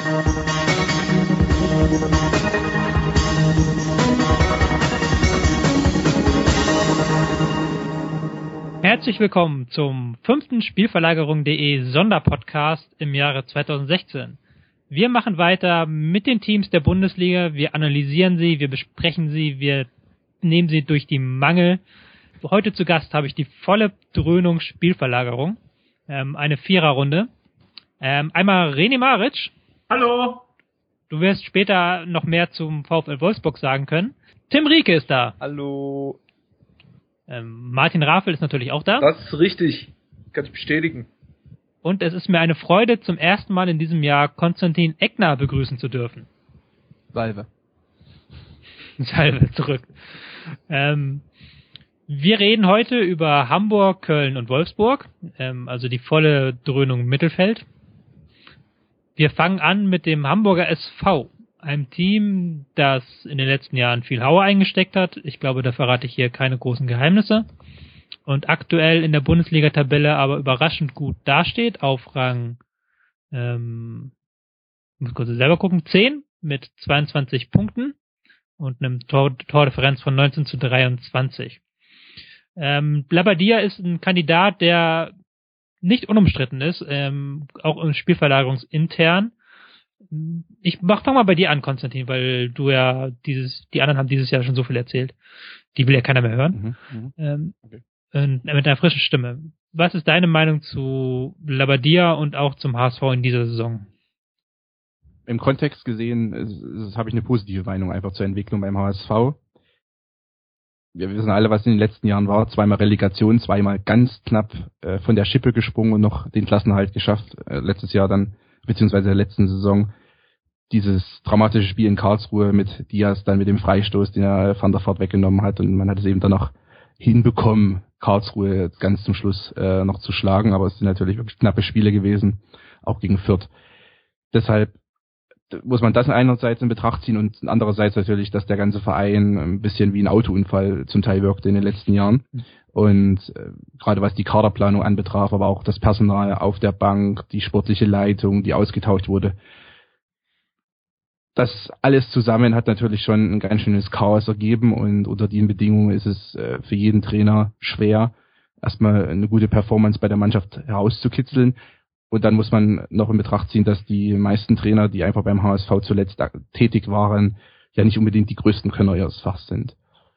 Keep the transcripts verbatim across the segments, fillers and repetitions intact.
Herzlich willkommen zum fünften Spielverlagerung.de Sonderpodcast im Jahre zweitausendsechzehn. Wir machen weiter mit den Teams der Bundesliga, wir analysieren sie, wir besprechen sie, wir nehmen sie durch die Mangel. Heute zu Gast habe ich die volle Dröhnung Spielverlagerung, ähm, eine Viererrunde. Ähm, einmal René Maric. Hallo. Du wirst später noch mehr zum VfL Wolfsburg sagen können. Tim Rieke ist da. Hallo. Ähm, Martin Rafel ist natürlich auch da. Das ist richtig. Kann ich bestätigen. Und es ist mir eine Freude, zum ersten Mal in diesem Jahr Konstantin Eckner begrüßen zu dürfen. Salve. Salve zurück. Ähm, wir reden heute über Hamburg, Köln und Wolfsburg, ähm, also die volle Dröhnung Mittelfeld. Wir fangen an mit dem Hamburger S V, einem Team, das in den letzten Jahren viel Hauer eingesteckt hat. Ich glaube, da verrate ich hier keine großen Geheimnisse. Und aktuell in der Bundesliga-Tabelle aber überraschend gut dasteht, auf Rang, ähm, muss kurz selber gucken, zehn mit zweiundzwanzig Punkten und einem Tor- Tordifferenz von neunzehn zu dreiundzwanzig. Ähm, Labadia ist ein Kandidat, der nicht unumstritten ist, ähm, auch im Spielverlagerungsintern. Ich mach fang mal bei dir an, Konstantin, weil du ja dieses, die anderen haben dieses Jahr schon so viel erzählt. Die will ja keiner mehr hören. Mhm, mh. ähm, okay. Und mit einer frischen Stimme. Was ist deine Meinung zu Labadia und auch zum H S V in dieser Saison? Im Kontext gesehen habe ich eine positive Meinung einfach zur Entwicklung beim H S V. Wir wissen alle, was in den letzten Jahren war. Zweimal Relegation, zweimal ganz knapp äh, von der Schippe gesprungen und noch den Klassenerhalt geschafft. Äh, letztes Jahr dann, beziehungsweise der letzten Saison, dieses dramatische Spiel in Karlsruhe mit Diaz dann mit dem Freistoß, den er Van der Vaart weggenommen hat. Und man hat es eben dann noch hinbekommen, Karlsruhe ganz zum Schluss äh, noch zu schlagen. Aber es sind natürlich wirklich knappe Spiele gewesen, auch gegen Fürth. Deshalb muss man das einerseits in Betracht ziehen und andererseits natürlich, dass der ganze Verein ein bisschen wie ein Autounfall zum Teil wirkte in den letzten Jahren. Und äh, gerade was die Kaderplanung anbetraf, aber auch das Personal auf der Bank, die sportliche Leitung, die ausgetauscht wurde. Das alles zusammen hat natürlich schon ein ganz schönes Chaos ergeben und unter den Bedingungen ist es äh, für jeden Trainer schwer, erstmal eine gute Performance bei der Mannschaft herauszukitzeln. Und dann muss man noch in Betracht ziehen, dass die meisten Trainer, die einfach beim H S V zuletzt tätig waren, ja nicht unbedingt die größten Könner ihres Fachs sind.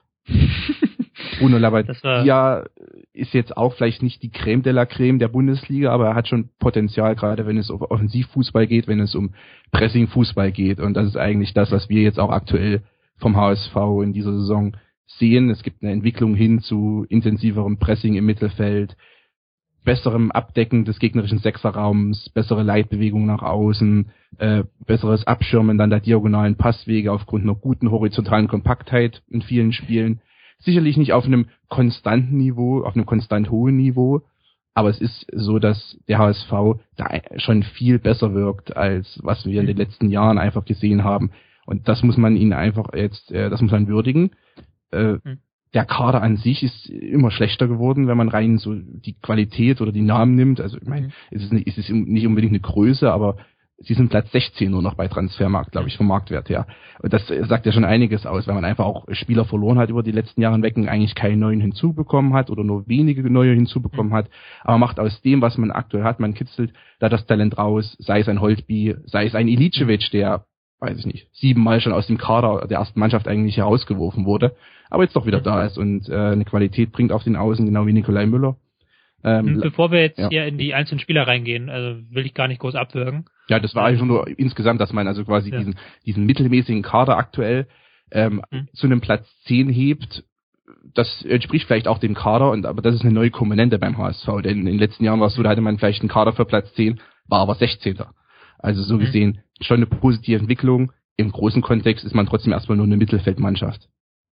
Bruno Labbadia ist jetzt auch vielleicht nicht die Creme de la Creme der Bundesliga, aber er hat schon Potenzial, gerade wenn es um Offensivfußball geht, wenn es um Pressingfußball geht. Und das ist eigentlich das, was wir jetzt auch aktuell vom H S V in dieser Saison sehen. Es gibt eine Entwicklung hin zu intensiverem Pressing im Mittelfeld, besserem Abdecken des gegnerischen Sechserraums, bessere Leitbewegung nach außen, äh, besseres Abschirmen dann der diagonalen Passwege aufgrund einer guten horizontalen Kompaktheit in vielen Spielen. Sicherlich nicht auf einem konstanten Niveau, auf einem konstant hohen Niveau, aber es ist so, dass der H S V da schon viel besser wirkt, als was wir in den letzten Jahren einfach gesehen haben. Und das muss man ihnen einfach jetzt, äh, das muss man würdigen. Äh, mhm. Der Kader an sich ist immer schlechter geworden, wenn man rein so die Qualität oder die Namen nimmt. Also ich meine, mhm. es ist nicht, es ist nicht unbedingt eine Größe, aber sie sind Platz sechzehn nur noch bei Transfermarkt, glaube ich, vom Marktwert her. Und das sagt ja schon einiges aus, weil man einfach auch Spieler verloren hat über die letzten Jahre hinweg und eigentlich keine neuen hinzubekommen hat oder nur wenige neue hinzubekommen mhm. hat. Aber macht aus dem, was man aktuell hat, man kitzelt da das Talent raus, sei es ein Holtby, sei es ein Ilicevic, der, weiß ich nicht, siebenmal schon aus dem Kader der ersten Mannschaft eigentlich herausgeworfen wurde, aber jetzt doch wieder da ist und äh, eine Qualität bringt auf den Außen, genau wie Nikolai Müller. Ähm, Bevor wir jetzt ja. hier in die einzelnen Spieler reingehen, also will ich gar nicht groß abwürgen. Ja, das war eigentlich nur insgesamt, dass man also quasi ja. diesen diesen mittelmäßigen Kader aktuell ähm, hm. zu einem Platz zehn hebt. Das entspricht vielleicht auch dem Kader, und aber das ist eine neue Komponente beim H S V, denn in den letzten Jahren war es so, da hatte man vielleicht einen Kader für Platz zehn, war aber sechzehnter. Also so gesehen hm. schon eine positive Entwicklung. Im großen Kontext ist man trotzdem erstmal nur eine Mittelfeldmannschaft.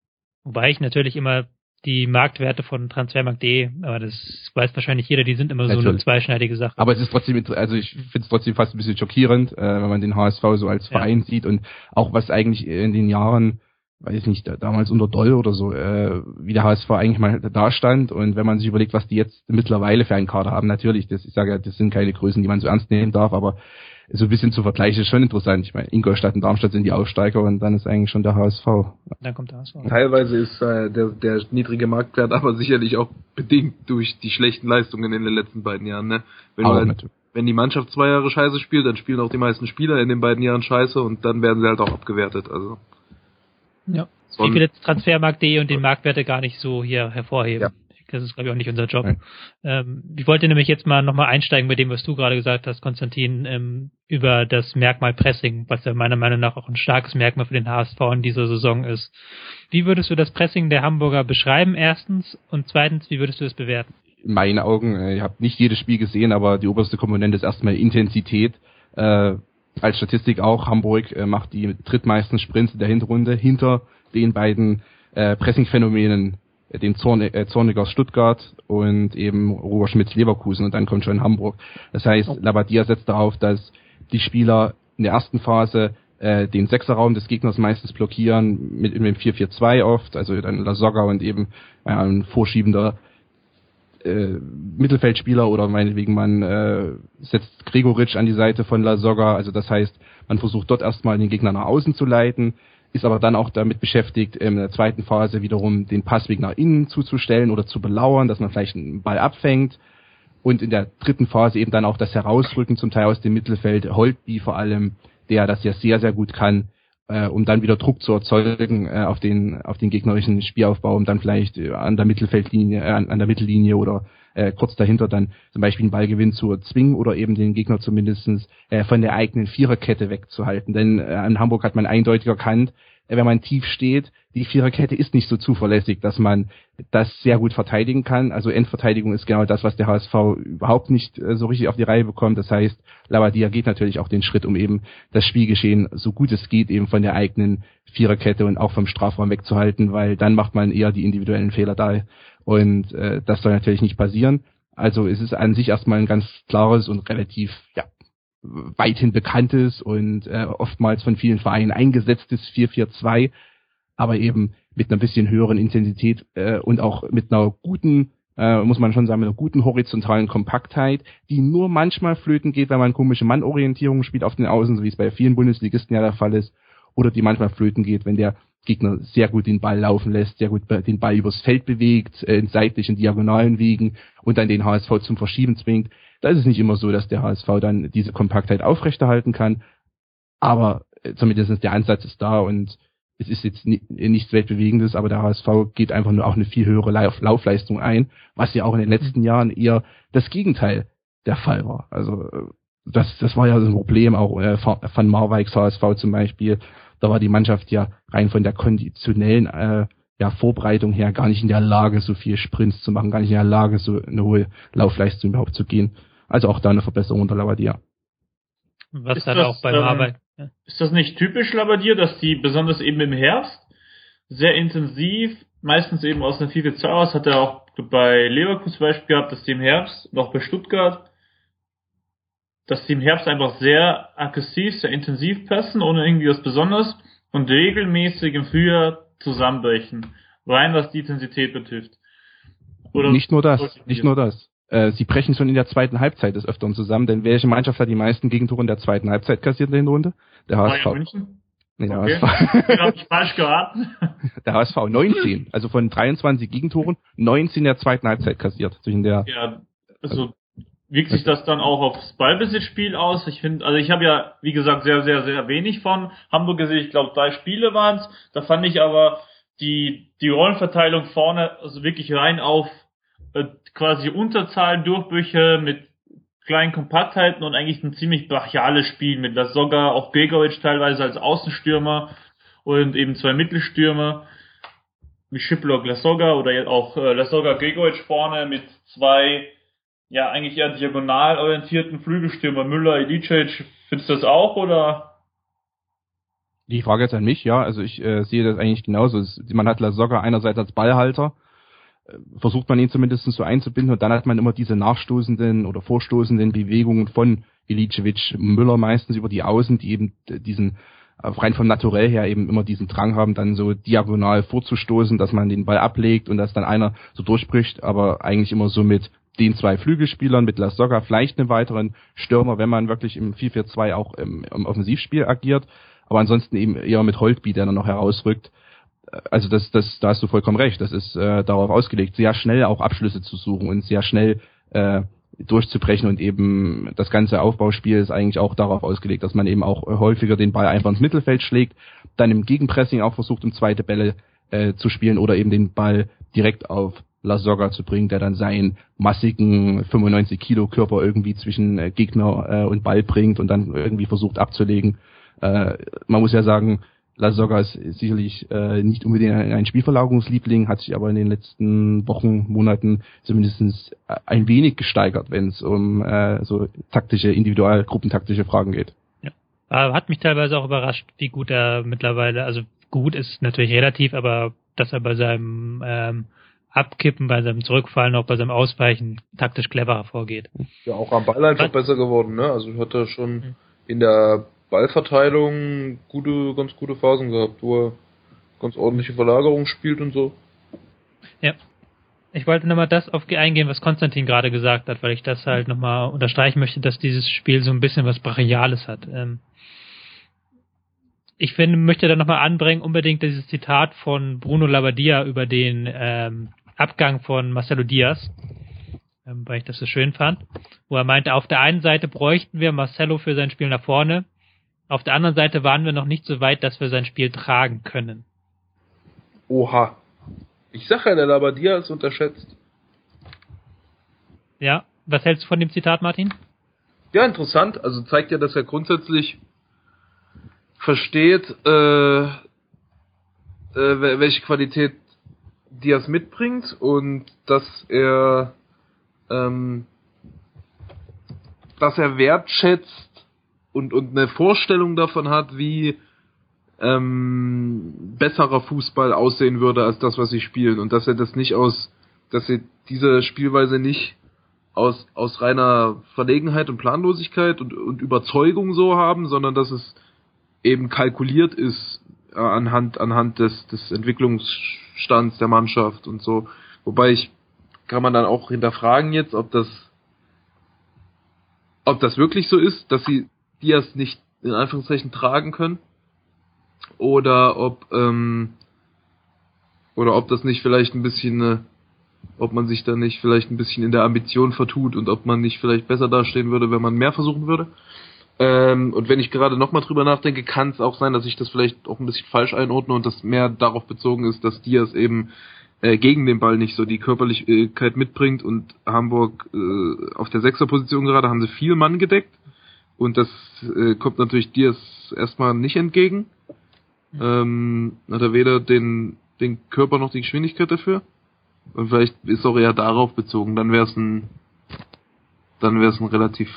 Wobei ich natürlich immer die Marktwerte von Transfermarkt punkt de, aber das weiß wahrscheinlich jeder, die sind immer natürlich so eine zweischneidige Sache. Aber es ist trotzdem, also ich finde es trotzdem fast ein bisschen schockierend, äh, wenn man den H S V so als Verein ja. sieht und auch was eigentlich in den Jahren, weiß ich nicht, damals unter Doll oder so, äh, wie der H S V eigentlich mal da stand, und wenn man sich überlegt, was die jetzt mittlerweile für einen Kader haben, natürlich, das, ich sage ja, das sind keine Größen, die man so ernst nehmen darf, aber so ein bisschen zu vergleichen ist schon interessant. Ich meine, Ingolstadt und Darmstadt sind die Aufsteiger und dann ist eigentlich schon der H S V. Dann kommt der H S V. Teilweise ist äh, der, der niedrige Marktwert aber sicherlich auch bedingt durch die schlechten Leistungen in den letzten beiden Jahren. Ne? Wenn, Auch halt, natürlich. wenn die Mannschaft zwei Jahre scheiße spielt, dann spielen auch die meisten Spieler in den beiden Jahren scheiße und dann werden sie halt auch abgewertet. Also Ja. Ich will jetzt Transfermarkt punkt de und den Marktwerte gar nicht so hier hervorheben. Ja. Das ist, glaube ich, auch nicht unser Job. Ähm, ich wollte nämlich jetzt mal nochmal einsteigen mit dem, was du gerade gesagt hast, Konstantin, ähm, über das Merkmal Pressing, was ja meiner Meinung nach auch ein starkes Merkmal für den H S V in dieser Saison ist. Wie würdest du das Pressing der Hamburger beschreiben, erstens? Und zweitens, wie würdest du es bewerten? In meinen Augen, ich habe nicht jedes Spiel gesehen, aber die oberste Komponente ist erstmal Intensität. Äh, als Statistik auch, Hamburg äh, macht die drittmeisten Sprints in der Hinrunde hinter den beiden äh, Pressing-Phänomenen, den Zorn, äh, Zornig aus Stuttgart und eben Robert Schmitz Leverkusen und dann kommt schon Hamburg. Das heißt, Labadia setzt darauf, dass die Spieler in der ersten Phase äh, den Sechserraum des Gegners meistens blockieren, mit, mit dem vier vier zwei oft, also dann Lasogga und eben äh, ein vorschiebender äh, Mittelfeldspieler oder meinetwegen man äh, setzt Gregoritsch an die Seite von Lasogga, also das heißt, man versucht dort erstmal den Gegner nach außen zu leiten, ist aber dann auch damit beschäftigt, in der zweiten Phase wiederum den Passweg nach innen zuzustellen oder zu belauern, dass man vielleicht einen Ball abfängt und in der dritten Phase eben dann auch das Herausrücken zum Teil aus dem Mittelfeld, Holtby vor allem, der das ja sehr, sehr gut kann, äh, um dann wieder Druck zu erzeugen äh, auf den auf den gegnerischen Spielaufbau, um dann vielleicht äh, an der Mittelfeldlinie, äh, an, an der Mittellinie oder äh, kurz dahinter dann zum Beispiel einen Ballgewinn zu erzwingen oder eben den Gegner zumindestens äh, von der eigenen Viererkette wegzuhalten. Denn äh, in Hamburg hat man eindeutig erkannt, äh, wenn man tief steht, die Viererkette ist nicht so zuverlässig, dass man das sehr gut verteidigen kann. Also Endverteidigung ist genau das, was der H S V überhaupt nicht äh, so richtig auf die Reihe bekommt. Das heißt, Labadia geht natürlich auch den Schritt, um eben das Spielgeschehen so gut es geht eben von der eigenen Viererkette und auch vom Strafraum wegzuhalten, weil dann macht man eher die individuellen Fehler da. Und äh, das soll natürlich nicht passieren. Also es ist an sich erstmal ein ganz klares und relativ ja, weithin bekanntes und äh, oftmals von vielen Vereinen eingesetztes vier vier zwei, aber eben mit einer bisschen höheren Intensität äh, und auch mit einer guten, äh, muss man schon sagen, mit einer guten horizontalen Kompaktheit, die nur manchmal flöten geht, wenn man komische Mannorientierungen spielt auf den Außen, so wie es bei vielen Bundesligisten ja der Fall ist, oder die manchmal flöten geht, wenn der Gegner sehr gut den Ball laufen lässt, sehr gut den Ball übers Feld bewegt, äh, in seitlichen diagonalen Wegen und dann den H S V zum Verschieben zwingt. Da ist es nicht immer so, dass der H S V dann diese Kompaktheit aufrechterhalten kann, aber äh, zumindest der Ansatz ist da und es ist jetzt ni- nichts Weltbewegendes, aber der H S V geht einfach nur auch eine viel höhere Lauf- Laufleistung ein, was ja auch in den letzten Jahren eher das Gegenteil der Fall war. Also äh, das, das war ja so ein Problem, auch äh, von Marweiks H S V zum Beispiel. Da war die Mannschaft ja rein von der konditionellen äh, ja, Vorbereitung her gar nicht in der Lage, so viel Sprints zu machen, gar nicht in der Lage, so eine hohe Laufleistung überhaupt zu gehen. Also auch da eine Verbesserung unter Labadia. Was ist dann das, auch beim ähm, Arbeit. Ja. Ist das nicht typisch Labadia, dass die besonders eben im Herbst sehr intensiv, meistens eben aus einer vier vier zwei aus, hat er auch bei Leverkusen zum Beispiel gehabt, dass die im Herbst, noch bei Stuttgart, dass die im Herbst einfach sehr aggressiv, sehr intensiv passen, ohne irgendwie was Besonderes und regelmäßig im Frühjahr zusammenbrechen. Rein was die Intensität betrifft. Oder nicht nur das, nicht nur das. Äh, sie brechen schon in der zweiten Halbzeit des Öfteren zusammen, denn welche Mannschaft hat die meisten Gegentore in der zweiten Halbzeit kassiert in der Hinrunde? Der H S V. Bayern München? Nee, der Okay. H S V. Den hab ich falsch geraten. Der H S V neunzehn, also von dreiundzwanzig Gegentoren, neunzehn in der zweiten Halbzeit kassiert. Zwischen der Ja, also wirkt sich das dann auch aufs Ballbesitzspiel aus? Ich finde, also ich habe ja, wie gesagt, sehr, sehr, sehr wenig von Hamburg gesehen. Ich glaube, drei Spiele waren es. Da fand ich aber die die Rollenverteilung vorne, also wirklich rein auf äh, quasi Unterzahl, Durchbrüche mit kleinen Kompaktheiten und eigentlich ein ziemlich brachiales Spiel mit Lasogga, auch Gregoritsch teilweise als Außenstürmer und eben zwei Mittelstürmer wie Schiplock, Lasogga oder auch äh, Lasogga, Gregoritsch vorne mit zwei ja eigentlich eher diagonal orientierten Flügelstürmer Müller, Iličić. Findest du das auch oder? Die Frage jetzt an mich, ja, also ich äh, sehe das eigentlich genauso. Es, man hat Lasogga einerseits als Ballhalter, äh, versucht man ihn zumindest so einzubinden und dann hat man immer diese nachstoßenden oder vorstoßenden Bewegungen von Iličić, Müller meistens über die Außen, die eben äh, diesen äh, rein vom Naturell her eben immer diesen Drang haben, dann so diagonal vorzustoßen, dass man den Ball ablegt und dass dann einer so durchbricht, aber eigentlich immer so mit den zwei Flügelspielern mit Lasogga, vielleicht einen weiteren Stürmer, wenn man wirklich im vier vier zwei auch im, im Offensivspiel agiert, aber ansonsten eben eher mit Holtby, der dann noch herausrückt. Also das, das, da hast du vollkommen recht, das ist äh, darauf ausgelegt, sehr schnell auch Abschlüsse zu suchen und sehr schnell äh, durchzubrechen, und eben das ganze Aufbauspiel ist eigentlich auch darauf ausgelegt, dass man eben auch häufiger den Ball einfach ins Mittelfeld schlägt, dann im Gegenpressing auch versucht, um zweite Bälle äh, zu spielen oder eben den Ball direkt auf Lasogga zu bringen, der dann seinen massigen fünfundneunzig Kilo Körper irgendwie zwischen äh, Gegner äh, und Ball bringt und dann irgendwie versucht abzulegen. Äh, man muss ja sagen, Lasogga ist sicherlich äh, nicht unbedingt ein Spielverlagerungsliebling, hat sich aber in den letzten Wochen, Monaten zumindest ein wenig gesteigert, wenn es um äh, so taktische, individual, gruppentaktische Fragen geht. Ja. Aber hat mich teilweise auch überrascht, wie gut er mittlerweile, also gut ist natürlich relativ, aber dass er bei seinem ähm, Abkippen, bei seinem Zurückfallen, auch bei seinem Ausweichen taktisch cleverer vorgeht. Ja, auch am Ball einfach Was? besser geworden, ne? Also hat er schon mhm. in der Ballverteilung gute, ganz gute Phasen gehabt, wo er ganz ordentliche Verlagerung spielt und so. Ja. Ich wollte nochmal das auf eingehen, was Konstantin gerade gesagt hat, weil ich das halt nochmal unterstreichen möchte, dass dieses Spiel so ein bisschen was Brachiales hat. Ähm ich finde, möchte da nochmal anbringen, unbedingt dieses Zitat von Bruno Labbadia über den ähm, Abgang von Marcelo Diaz, ähm, weil ich das so schön fand, wo er meinte, auf der einen Seite bräuchten wir Marcelo für sein Spiel nach vorne, auf der anderen Seite waren wir noch nicht so weit, dass wir sein Spiel tragen können. Oha. Ich sag ja, der Labbadia ist unterschätzt. Ja, was hältst du von dem Zitat, Martin? Ja, interessant. Also zeigt ja, dass er grundsätzlich versteht, äh, äh, welche Qualität Diaz mitbringt und dass er ähm, dass er wertschätzt und und eine Vorstellung davon hat, wie ähm, besserer Fußball aussehen würde als das, was sie spielen, und dass er das nicht aus, dass sie diese Spielweise nicht aus aus reiner Verlegenheit und Planlosigkeit und, und Überzeugung so haben, sondern dass es eben kalkuliert ist äh, anhand anhand des des Entwicklungsstands der Mannschaft und so. Wobei ich kann man dann auch hinterfragen jetzt, ob das ob das wirklich so ist, dass sie Diaz nicht in Anführungszeichen tragen können, oder ob ähm, oder ob das nicht vielleicht ein bisschen äh, ob man sich da nicht vielleicht ein bisschen in der Ambition vertut und ob man nicht vielleicht besser dastehen würde, wenn man mehr versuchen würde. Ähm, und wenn ich gerade nochmal drüber nachdenke, kann es auch sein, dass ich das vielleicht auch ein bisschen falsch einordne und das mehr darauf bezogen ist, dass Diaz eben äh, gegen den Ball nicht so die Körperlichkeit mitbringt, und Hamburg äh, auf der Sechserposition gerade haben sie viel Mann gedeckt, und das äh, kommt natürlich Diaz erstmal nicht entgegen. Ähm, hat er weder den, den Körper noch die Geschwindigkeit dafür, und vielleicht ist auch eher darauf bezogen, dann wäre es ein dann wäre es ein relativ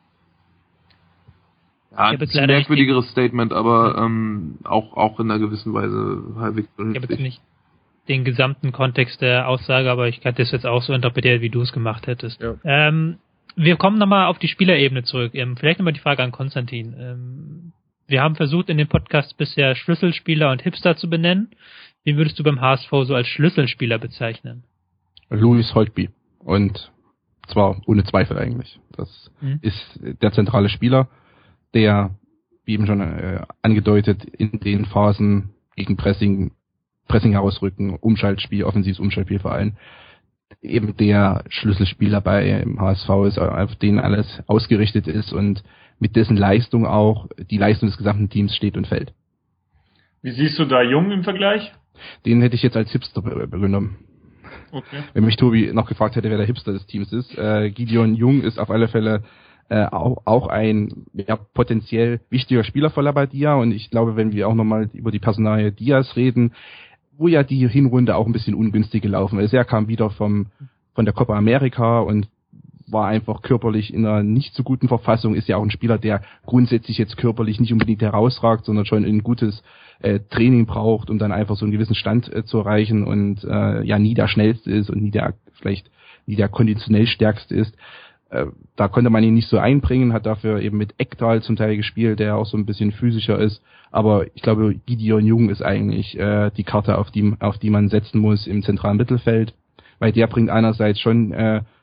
Ja, ein merkwürdigeres Statement, aber ähm, auch auch in einer gewissen Weise halbwegs. Ich habe jetzt nicht den gesamten Kontext der Aussage, aber ich kann das jetzt auch so interpretieren, wie du es gemacht hättest. Ja. Ähm, wir kommen nochmal auf die Spielerebene zurück. Ähm, vielleicht nochmal die Frage an Konstantin. Ähm, wir haben versucht, in dem Podcast bisher Schlüsselspieler und Hipster zu benennen. Wen würdest du beim H S V so als Schlüsselspieler bezeichnen? Louis Holtby. Und zwar ohne Zweifel eigentlich. Das mhm. ist der zentrale Spieler, der, wie eben schon äh, angedeutet, in den Phasen gegen Pressing, Pressing herausrücken, Umschaltspiel, offensives Umschaltspiel vor allem, eben der Schlüsselspieler bei im H S V ist, auf den alles ausgerichtet ist und mit dessen Leistung auch die Leistung des gesamten Teams steht und fällt. Wie siehst du da Jung im Vergleich? Den hätte ich jetzt als Hipster genommen. Okay. Wenn mich Tobi noch gefragt hätte, wer der Hipster des Teams ist. Äh, Gideon Jung ist auf alle Fälle äh, auch, auch ein ja, potenziell wichtiger Spieler für Labbadia, und ich glaube, wenn wir auch nochmal über die Personalie Diaz reden, wo ja die Hinrunde auch ein bisschen ungünstig gelaufen ist. Er kam wieder vom von der Copa America und war einfach körperlich in einer nicht so guten Verfassung, ist ja auch ein Spieler, der grundsätzlich jetzt körperlich nicht unbedingt herausragt, sondern schon ein gutes äh, Training braucht, um dann einfach so einen gewissen Stand äh, zu erreichen und äh, ja nie der schnellste ist und nie der vielleicht nie der konditionell stärkste ist. Äh, da konnte man ihn nicht so einbringen, hat dafür eben mit Ekdal zum Teil gespielt, der auch so ein bisschen physischer ist. Aber ich glaube, Gideon Jung ist eigentlich äh, die Karte, auf die auf die man setzen muss im zentralen Mittelfeld, weil der bringt einerseits schon äh,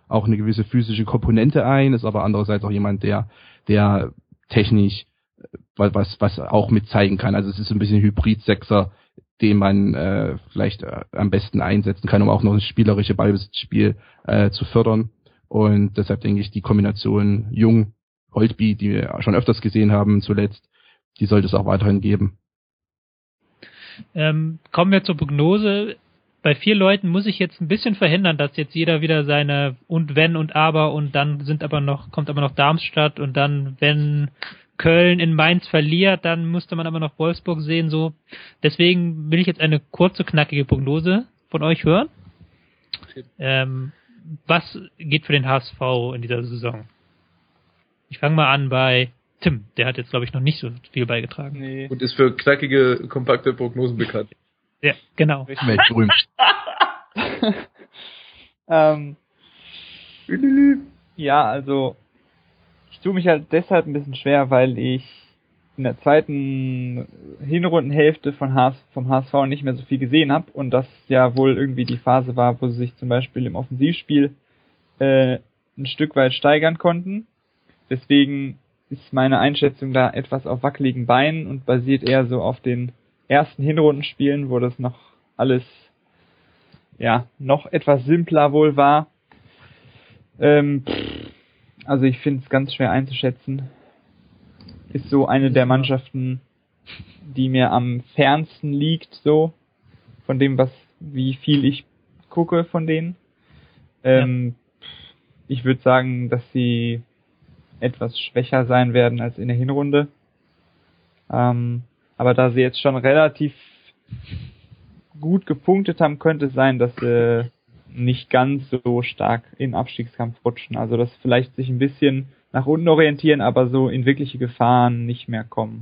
auch eine gewisse physische Komponente ein, ist aber andererseits auch jemand, der, der technisch was, was auch mit zeigen kann. Also es ist so ein bisschen Hybrid-Sechser, den man äh, vielleicht äh, am besten einsetzen kann, um auch noch das spielerische Ballbesitzspiel äh, zu fördern. Und deshalb denke ich, die Kombination Jung, Holtby, die wir schon öfters gesehen haben zuletzt, die sollte es auch weiterhin geben. Ähm, kommen wir zur Prognose. Bei vier Leuten muss ich jetzt ein bisschen verhindern, dass jetzt jeder wieder seine und wenn und aber und dann sind aber noch, kommt aber noch Darmstadt und dann, wenn Köln in Mainz verliert, dann müsste man aber noch Wolfsburg sehen, so. Deswegen will ich jetzt eine kurze, knackige Prognose von euch hören. Ähm, was geht für den H S V in dieser Saison? Ich fange mal an bei Tim. Der hat jetzt, glaube ich, noch nicht so viel beigetragen. Nee. Und ist für knackige, kompakte Prognosen bekannt. Ja, genau. Weltberühmt. ähm, ja, also ich tue mich halt deshalb ein bisschen schwer, weil ich in der zweiten Hinrundenhälfte von H S, vom H S V nicht mehr so viel gesehen habe und das ja wohl irgendwie die Phase war, wo sie sich zum Beispiel im Offensivspiel äh, ein Stück weit steigern konnten. Deswegen ist meine Einschätzung da etwas auf wackeligen Beinen und basiert eher so auf den ersten Hinrundenspielen, wo das noch alles ja noch etwas simpler wohl war. Ähm, pff, also ich finde es ganz schwer einzuschätzen. Ist so eine der Mannschaften, die mir am fernsten liegt, so von dem, was wie viel ich gucke von denen. Ähm, ja. Ich würde sagen, dass sie etwas schwächer sein werden als in der Hinrunde. Ähm, aber da sie jetzt schon relativ gut gepunktet haben, könnte es sein, dass sie nicht ganz so stark in Abstiegskampf rutschen. Also dass vielleicht sich ein bisschen nach unten orientieren, aber so in wirkliche Gefahren nicht mehr kommen.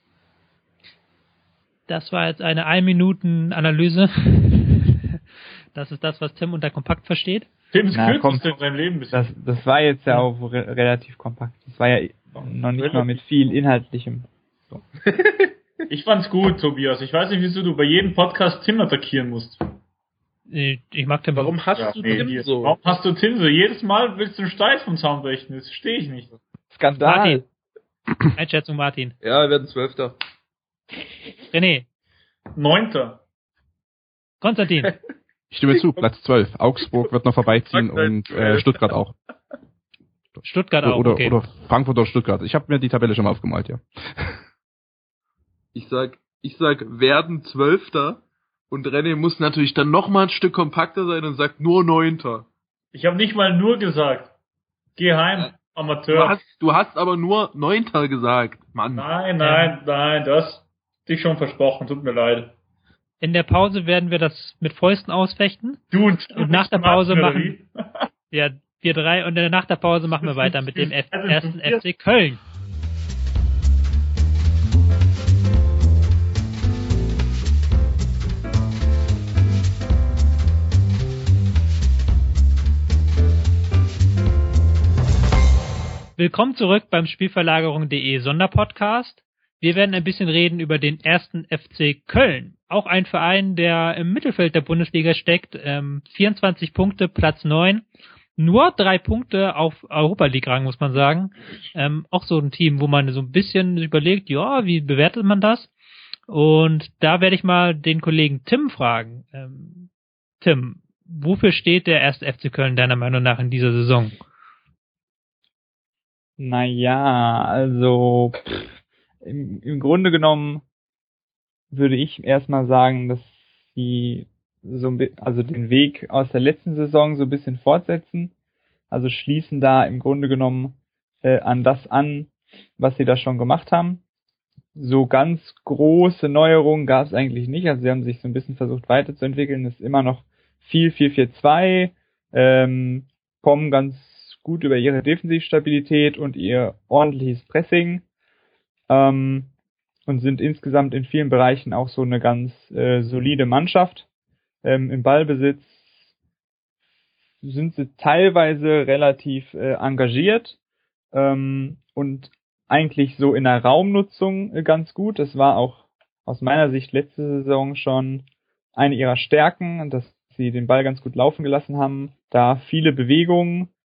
Das war jetzt eine Ein-Minuten-Analyse. Das ist das, was Tim unter kompakt versteht. Tims Na, komm, kürzeste in seinem Leben bis das, das war jetzt ja auch re- relativ kompakt. Das war ja noch nicht mal mit viel Inhaltlichem. So. Ich fand's gut, Tobias. Ich weiß nicht, wieso du bei jedem Podcast Tim attackieren musst. Ich, ich mag Tim. Warum hast Ja, du nee, Tim hier. so? Warum hast du Tim so? Jedes Mal willst du einen Stein vom Zaun brechen. Das verstehe ich nicht. Skandal. Martin. Einschätzung Martin. Ja, wir werden Zwölfter. René. Neunter. Konstantin. Ich stimme zu, Platz zwölf. Augsburg wird noch vorbeiziehen und äh, Stuttgart auch. Stuttgart auch, oder, okay. oder Frankfurt oder Stuttgart. Ich habe mir die Tabelle schon mal aufgemalt, ja. Ich sag, ich sag, werden Zwölfter und René muss natürlich dann noch mal ein Stück kompakter sein und sagt nur Neunter. Ich habe nicht mal nur gesagt. Geh heim, Du Amateur. hast, du hast aber nur Neunter gesagt, Mann. Nein, nein, nein, du hast dich schon versprochen. Tut mir leid. In der Pause werden wir das mit Fäusten ausfechten. Du und, Und nach der Pause Maschinerie. machen ja wir drei und nach der Pause machen wir weiter mit dem F- Also ersten vier- F C Köln. Willkommen zurück beim Spielverlagerung.de Sonderpodcast. Wir werden ein bisschen reden über den ersten F C Köln. Auch ein Verein, der im Mittelfeld der Bundesliga steckt. Ähm, vierundzwanzig Punkte, Platz neun. Nur drei Punkte auf Europa League-Rang, muss man sagen. Ähm, auch so ein Team, wo man so ein bisschen überlegt, ja, wie bewertet man das? Und da werde ich mal den Kollegen Tim fragen. Ähm, Tim, wofür steht der erste F C Köln deiner Meinung nach in dieser Saison? Naja, also pff, im, im Grunde genommen würde ich erstmal sagen, dass sie so ein bi- also den Weg aus der letzten Saison so ein bisschen fortsetzen. Also schließen da im Grunde genommen äh, an das an, was sie da schon gemacht haben. So ganz große Neuerungen gab es eigentlich nicht. Also sie haben sich so ein bisschen versucht weiterzuentwickeln. Es ist immer noch viel vier vier zwei, ähm, kommen ganz gut über ihre Defensivstabilität und ihr ordentliches Pressing ähm, und sind insgesamt in vielen Bereichen auch so eine ganz äh, solide Mannschaft. Ähm, Im Ballbesitz sind sie teilweise relativ äh, engagiert ähm, und eigentlich so in der Raumnutzung äh, ganz gut. Das war auch aus meiner Sicht letzte Saison schon eine ihrer Stärken, dass sie den Ball ganz gut laufen gelassen haben, da viele Bewegungen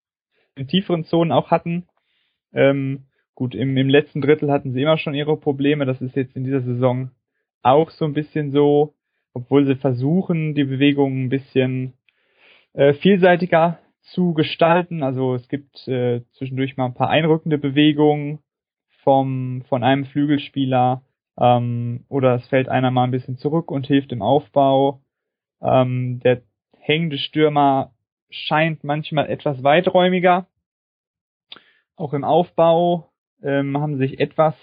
den tieferen Zonen auch hatten. Ähm, gut, im, im letzten Drittel hatten sie immer schon ihre Probleme. Das ist jetzt in dieser Saison auch so ein bisschen so, obwohl sie versuchen, die Bewegung ein bisschen äh, vielseitiger zu gestalten. Also es gibt äh, zwischendurch mal ein paar einrückende Bewegungen vom von einem Flügelspieler, ähm, oder es fällt einer mal ein bisschen zurück und hilft im Aufbau. Ähm, der hängende Stürmer scheint manchmal etwas weiträumiger. Auch im Aufbau ähm, haben sich etwas,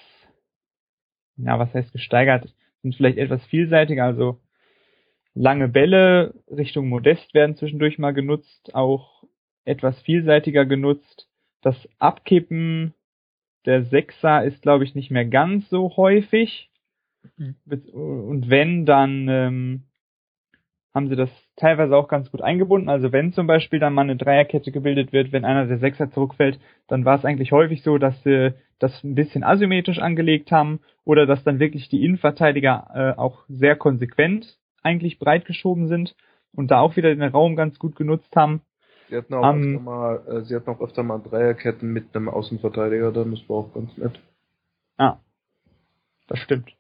ja, was heißt gesteigert, sind vielleicht etwas vielseitiger, also lange Bälle Richtung Modest werden zwischendurch mal genutzt, auch etwas vielseitiger genutzt. Das Abkippen der Sechser ist, glaube ich, nicht mehr ganz so häufig. Mhm. Und wenn, dann ähm, haben sie das teilweise auch ganz gut eingebunden. Also wenn zum Beispiel dann mal eine Dreierkette gebildet wird, wenn einer der Sechser zurückfällt, dann war es eigentlich häufig so, dass sie das ein bisschen asymmetrisch angelegt haben oder dass dann wirklich die Innenverteidiger äh, auch sehr konsequent eigentlich breit geschoben sind und da auch wieder den Raum ganz gut genutzt haben. Sie hatten auch, um, öfter, mal, äh, sie hatten auch öfter mal Dreierketten mit einem Außenverteidiger, dann das war auch ganz nett. Ah, das stimmt.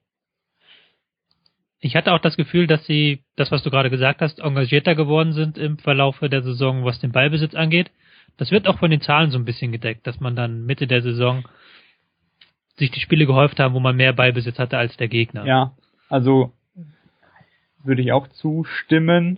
Ich hatte auch das Gefühl, dass sie, das was du gerade gesagt hast, engagierter geworden sind im Verlaufe der Saison, was den Ballbesitz angeht. Das wird auch von den Zahlen so ein bisschen gedeckt, dass man dann Mitte der Saison sich die Spiele gehäuft haben, wo man mehr Ballbesitz hatte als der Gegner. Ja, also würde ich auch zustimmen.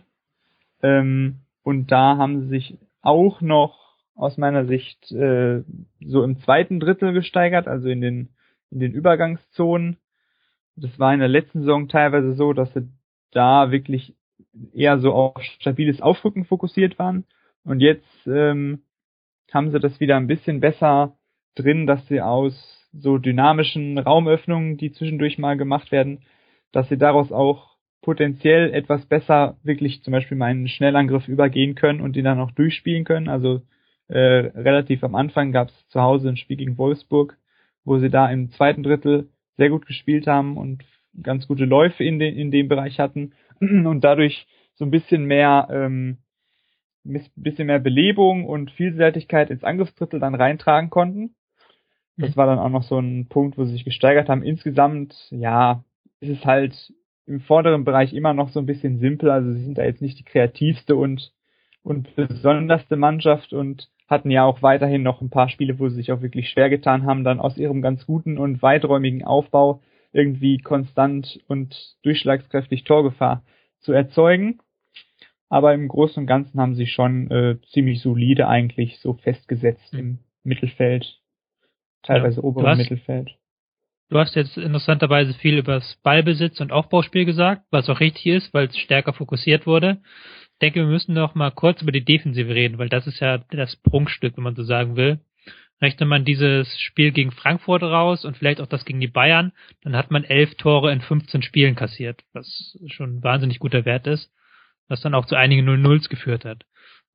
Ähm, und da haben sie sich auch noch aus meiner Sicht äh, so im zweiten Drittel gesteigert, also in den in den Übergangszonen. Das war in der letzten Saison teilweise so, dass sie da wirklich eher so auf stabiles Aufrücken fokussiert waren. Und jetzt ähm, haben sie das wieder ein bisschen besser drin, dass sie aus so dynamischen Raumöffnungen, die zwischendurch mal gemacht werden, dass sie daraus auch potenziell etwas besser wirklich zum Beispiel mal einen Schnellangriff übergehen können und den dann auch durchspielen können. Also äh, relativ am Anfang gab es zu Hause ein Spiel gegen Wolfsburg, wo sie da im zweiten Drittel sehr gut gespielt haben und ganz gute Läufe in, den, in dem Bereich hatten und dadurch so ein bisschen mehr ähm, bisschen mehr Belebung und Vielseitigkeit ins Angriffsdrittel dann reintragen konnten. Das war dann auch noch so ein Punkt, wo sie sich gesteigert haben. Insgesamt, ja, ist es halt im vorderen Bereich immer noch so ein bisschen simpel. Also sie sind da jetzt nicht die kreativste und und besonderste Mannschaft und hatten ja auch weiterhin noch ein paar Spiele, wo sie sich auch wirklich schwer getan haben, dann aus ihrem ganz guten und weiträumigen Aufbau irgendwie konstant und durchschlagskräftig Torgefahr zu erzeugen. Aber im Großen und Ganzen haben sie schon äh, ziemlich solide eigentlich so festgesetzt mhm. im Mittelfeld, teilweise ja, oberen Mittelfeld. Du hast jetzt interessanterweise viel über das Ballbesitz und Aufbauspiel gesagt, was auch richtig ist, weil es stärker fokussiert wurde. Ich denke, wir müssen noch mal kurz über die Defensive reden, weil das ist ja das Prunkstück, wenn man so sagen will. Rechnet man dieses Spiel gegen Frankfurt raus und vielleicht auch das gegen die Bayern, dann hat man elf Tore in fünfzehn Spielen kassiert, was schon ein wahnsinnig guter Wert ist, was dann auch zu einigen null nulls geführt hat.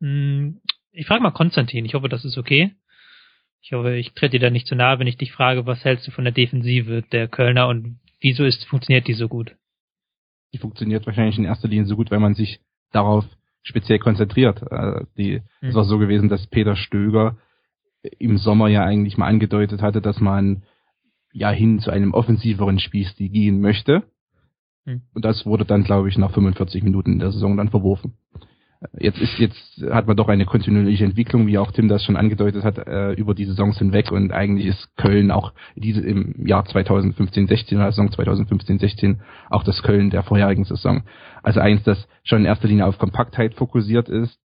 Ich frage mal Konstantin, ich hoffe, das ist okay. Ich hoffe, ich trete dir da nicht zu nahe, wenn ich dich frage, was hältst du von der Defensive der Kölner und wieso ist, funktioniert die so gut? Die funktioniert wahrscheinlich in erster Linie so gut, weil man sich darauf speziell konzentriert. Die, mhm. Es war so gewesen, dass Peter Stöger im Sommer ja eigentlich mal angedeutet hatte, dass man ja hin zu einem offensiveren Spielstil gehen möchte. Mhm. Und das wurde dann, glaube ich, nach fünfundvierzig Minuten in der Saison dann verworfen. Jetzt ist jetzt hat man doch eine kontinuierliche Entwicklung, wie auch Tim das schon angedeutet hat, äh, über die Saisons hinweg und eigentlich ist Köln auch diese im Jahr zweitausendfünfzehn sechzehn oder Saison zweitausendfünfzehn sechzehn auch das Köln der vorherigen Saison. Also eins, das schon in erster Linie auf Kompaktheit fokussiert ist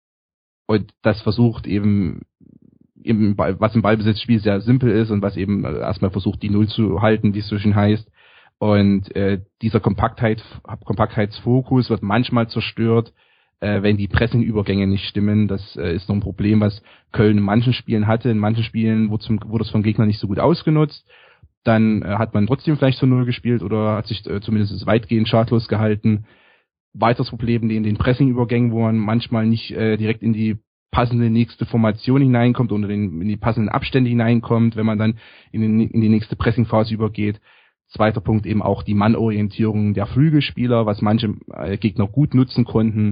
und das versucht eben, eben was im Ballbesitzspiel sehr simpel ist und was eben erstmal versucht, die Null zu halten, wie es so schön heißt. Und äh, dieser Kompaktheit, Kompaktheitsfokus wird manchmal zerstört, Äh, wenn die Pressing-Übergänge nicht stimmen. Das äh, ist noch ein Problem, was Köln in manchen Spielen hatte. In manchen Spielen wurde, zum, wurde es vom Gegner nicht so gut ausgenutzt. Dann äh, hat man trotzdem vielleicht zu Null gespielt oder hat sich äh, zumindest weitgehend schadlos gehalten. Weiteres Problem in den Pressing-Übergängen, wo man manchmal nicht äh, direkt in die passende nächste Formation hineinkommt oder in, in die passenden Abstände hineinkommt, wenn man dann in, den, in die nächste Pressing-Phase übergeht. Zweiter Punkt eben auch die Mannorientierung der Flügelspieler, was manche äh, Gegner gut nutzen konnten.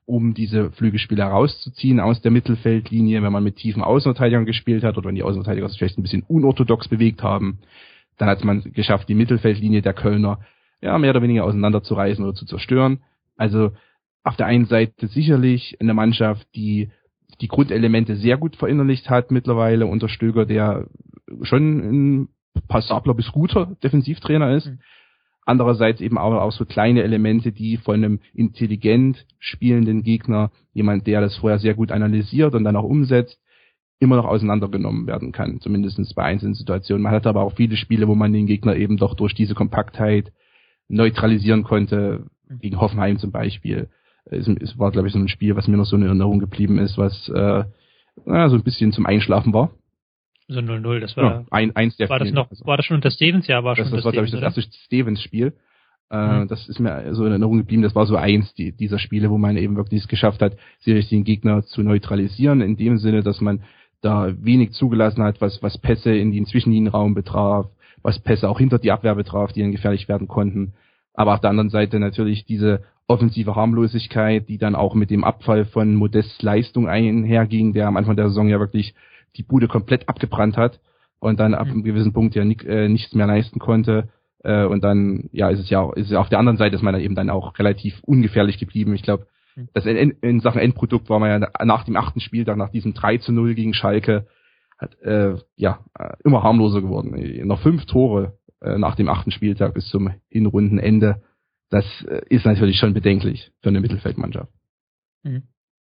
um diese Flügelspieler rauszuziehen aus der Mittelfeldlinie, wenn man mit tiefen Außenverteidigern gespielt hat oder wenn die Außenverteidiger sich vielleicht ein bisschen unorthodox bewegt haben. Dann hat man geschafft, die Mittelfeldlinie der Kölner ja mehr oder weniger auseinanderzureißen oder zu zerstören. Also auf der einen Seite sicherlich eine Mannschaft, die die Grundelemente sehr gut verinnerlicht hat mittlerweile unter Stöger, der schon ein passabler bis guter Defensivtrainer ist. Mhm. Andererseits eben auch, auch so kleine Elemente, die von einem intelligent spielenden Gegner, jemand, der das vorher sehr gut analysiert und dann auch umsetzt, immer noch auseinandergenommen werden kann, zumindest bei einzelnen Situationen. Man hat aber auch viele Spiele, wo man den Gegner eben doch durch diese Kompaktheit neutralisieren konnte, gegen Hoffenheim zum Beispiel. Es, es war, glaube ich, so ein Spiel, was mir noch so in Erinnerung geblieben ist, was äh, na, so ein bisschen zum Einschlafen war. So null null, das war ja, ein, eins der war das noch, war das schon unter Stevens? Ja, war das, schon das war, glaube ich, das erste Stevens-Spiel. Äh, mhm. Das ist mir so in Erinnerung geblieben, das war so eins die, dieser Spiele, wo man eben wirklich es geschafft hat, sicherlich den Gegner zu neutralisieren, in dem Sinne, dass man da wenig zugelassen hat, was, was Pässe in den Zwischenlinienraum betraf, was Pässe auch hinter die Abwehr betraf, die dann gefährlich werden konnten. Aber auf der anderen Seite natürlich diese offensive Harmlosigkeit, die dann auch mit dem Abfall von Modests Leistung einherging, der am Anfang der Saison ja wirklich die Bude komplett abgebrannt hat und dann ab einem gewissen Punkt ja ni- äh, nichts mehr leisten konnte. Äh, und dann, ja, ist es ja, ist es ja auf der anderen Seite ist man dann eben dann auch relativ ungefährlich geblieben. Ich glaube, das in, in Sachen Endprodukt war man ja nach dem achten Spieltag, nach diesem drei zu null gegen Schalke, hat, äh, ja, immer harmloser geworden. Noch fünf Tore äh, nach dem achten Spieltag bis zum Hinrundenende. Das äh, ist natürlich schon bedenklich für eine Mittelfeldmannschaft. Mhm.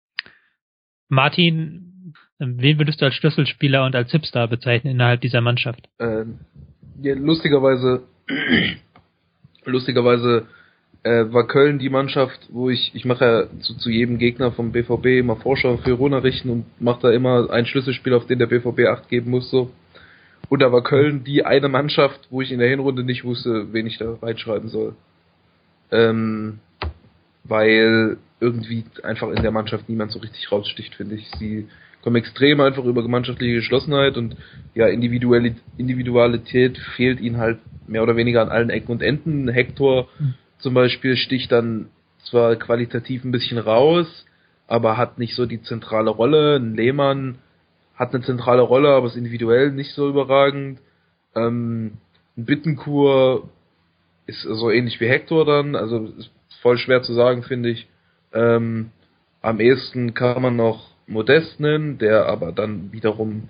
Martin, wen würdest du als Schlüsselspieler und als Hipster bezeichnen innerhalb dieser Mannschaft? Ähm, ja, lustigerweise, lustigerweise äh, war Köln die Mannschaft, wo ich, ich mache ja zu, zu jedem Gegner vom B V B immer Vorschau für Runterrichten und mache da immer ein Schlüsselspiel, auf den der B V B Acht geben muss, so. Und da war Köln die eine Mannschaft, wo ich in der Hinrunde nicht wusste, wen ich da reinschreiben soll. Ähm, weil irgendwie einfach in der Mannschaft niemand so richtig raussticht, finde ich. Sie kommen extrem einfach über gemeinschaftliche Geschlossenheit und ja, Individualität, Individualität fehlt ihnen halt mehr oder weniger an allen Ecken und Enden. Hector mhm. zum Beispiel sticht dann zwar qualitativ ein bisschen raus, aber hat nicht so die zentrale Rolle. Ein Lehmann hat eine zentrale Rolle, aber ist individuell nicht so überragend. Ähm, ein Bittencourt ist so ähnlich wie Hector dann, also ist voll schwer zu sagen, finde ich. Ähm, am ehesten kann man noch Modest nennen, der aber dann wiederum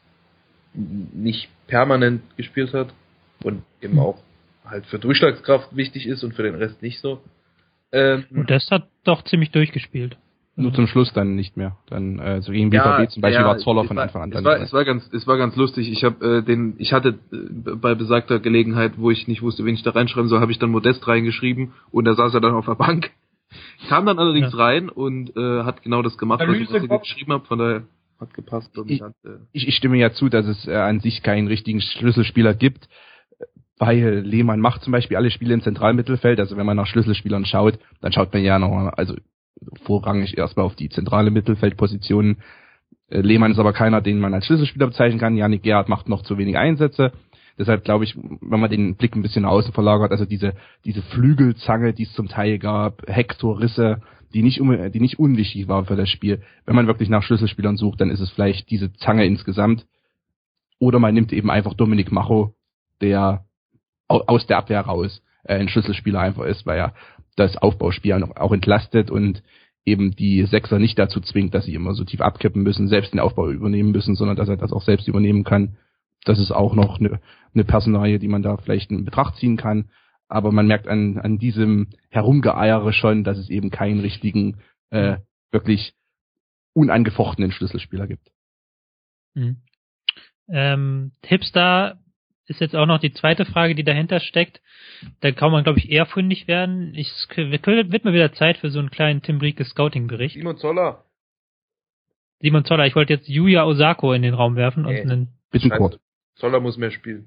nicht permanent gespielt hat und eben auch halt für Durchschlagskraft wichtig ist und für den Rest nicht so. Ähm, Modest hat doch ziemlich durchgespielt. Nur zum Schluss dann nicht mehr. Dann äh, so gegen B V B ja, zum Beispiel ja, war Zoller von war, Anfang an dann. Es war, es war ganz, es war ganz lustig. Ich habe äh, den, ich hatte äh, bei besagter Gelegenheit, wo ich nicht wusste, wen ich da reinschreiben soll, habe ich dann Modest reingeschrieben und da saß er dann auf der Bank. Kam dann allerdings ja. rein und äh, hat genau das gemacht, was ich, was ich geschrieben habe. Von daher hat gepasst. Und ich, hat, äh, ich, ich stimme ja zu, dass es äh, an sich keinen richtigen Schlüsselspieler gibt, weil Lehmann macht zum Beispiel alle Spiele im Zentralmittelfeld. Also wenn man nach Schlüsselspielern schaut, dann schaut man ja noch, also vorrangig erstmal auf die zentrale Mittelfeldpositionen. Äh, Lehmann ist aber keiner, den man als Schlüsselspieler bezeichnen kann. Yannick Gerhardt macht noch zu wenig Einsätze. Deshalb glaube ich, wenn man den Blick ein bisschen nach außen verlagert, also diese diese Flügelzange, die es zum Teil gab, Hector-Risse, die nicht um, die nicht unwichtig war für das Spiel. Wenn man wirklich nach Schlüsselspielern sucht, dann ist es vielleicht diese Zange insgesamt. Oder man nimmt eben einfach Dominik Macho, der aus der Abwehr raus äh, ein Schlüsselspieler einfach ist, weil er das Aufbauspiel auch entlastet und eben die Sechser nicht dazu zwingt, dass sie immer so tief abkippen müssen, selbst den Aufbau übernehmen müssen, sondern dass er das auch selbst übernehmen kann. Das ist auch noch eine, eine Personalie, die man da vielleicht in Betracht ziehen kann. Aber man merkt an, an diesem Herumgeeiere schon, dass es eben keinen richtigen, äh, wirklich unangefochtenen Schlüsselspieler gibt. Mhm. Ähm, Hipster ist jetzt auch noch die zweite Frage, die dahinter steckt. Da kann man, glaube ich, eher fündig werden. Ich, es wird mal wieder Zeit für so einen kleinen Tim Brieke Scouting-Bericht. Simon Zoller. Simon Zoller. Ich wollte jetzt Yuya Osako in den Raum werfen und äh, einen Bittencourt. Zoller muss mehr spielen.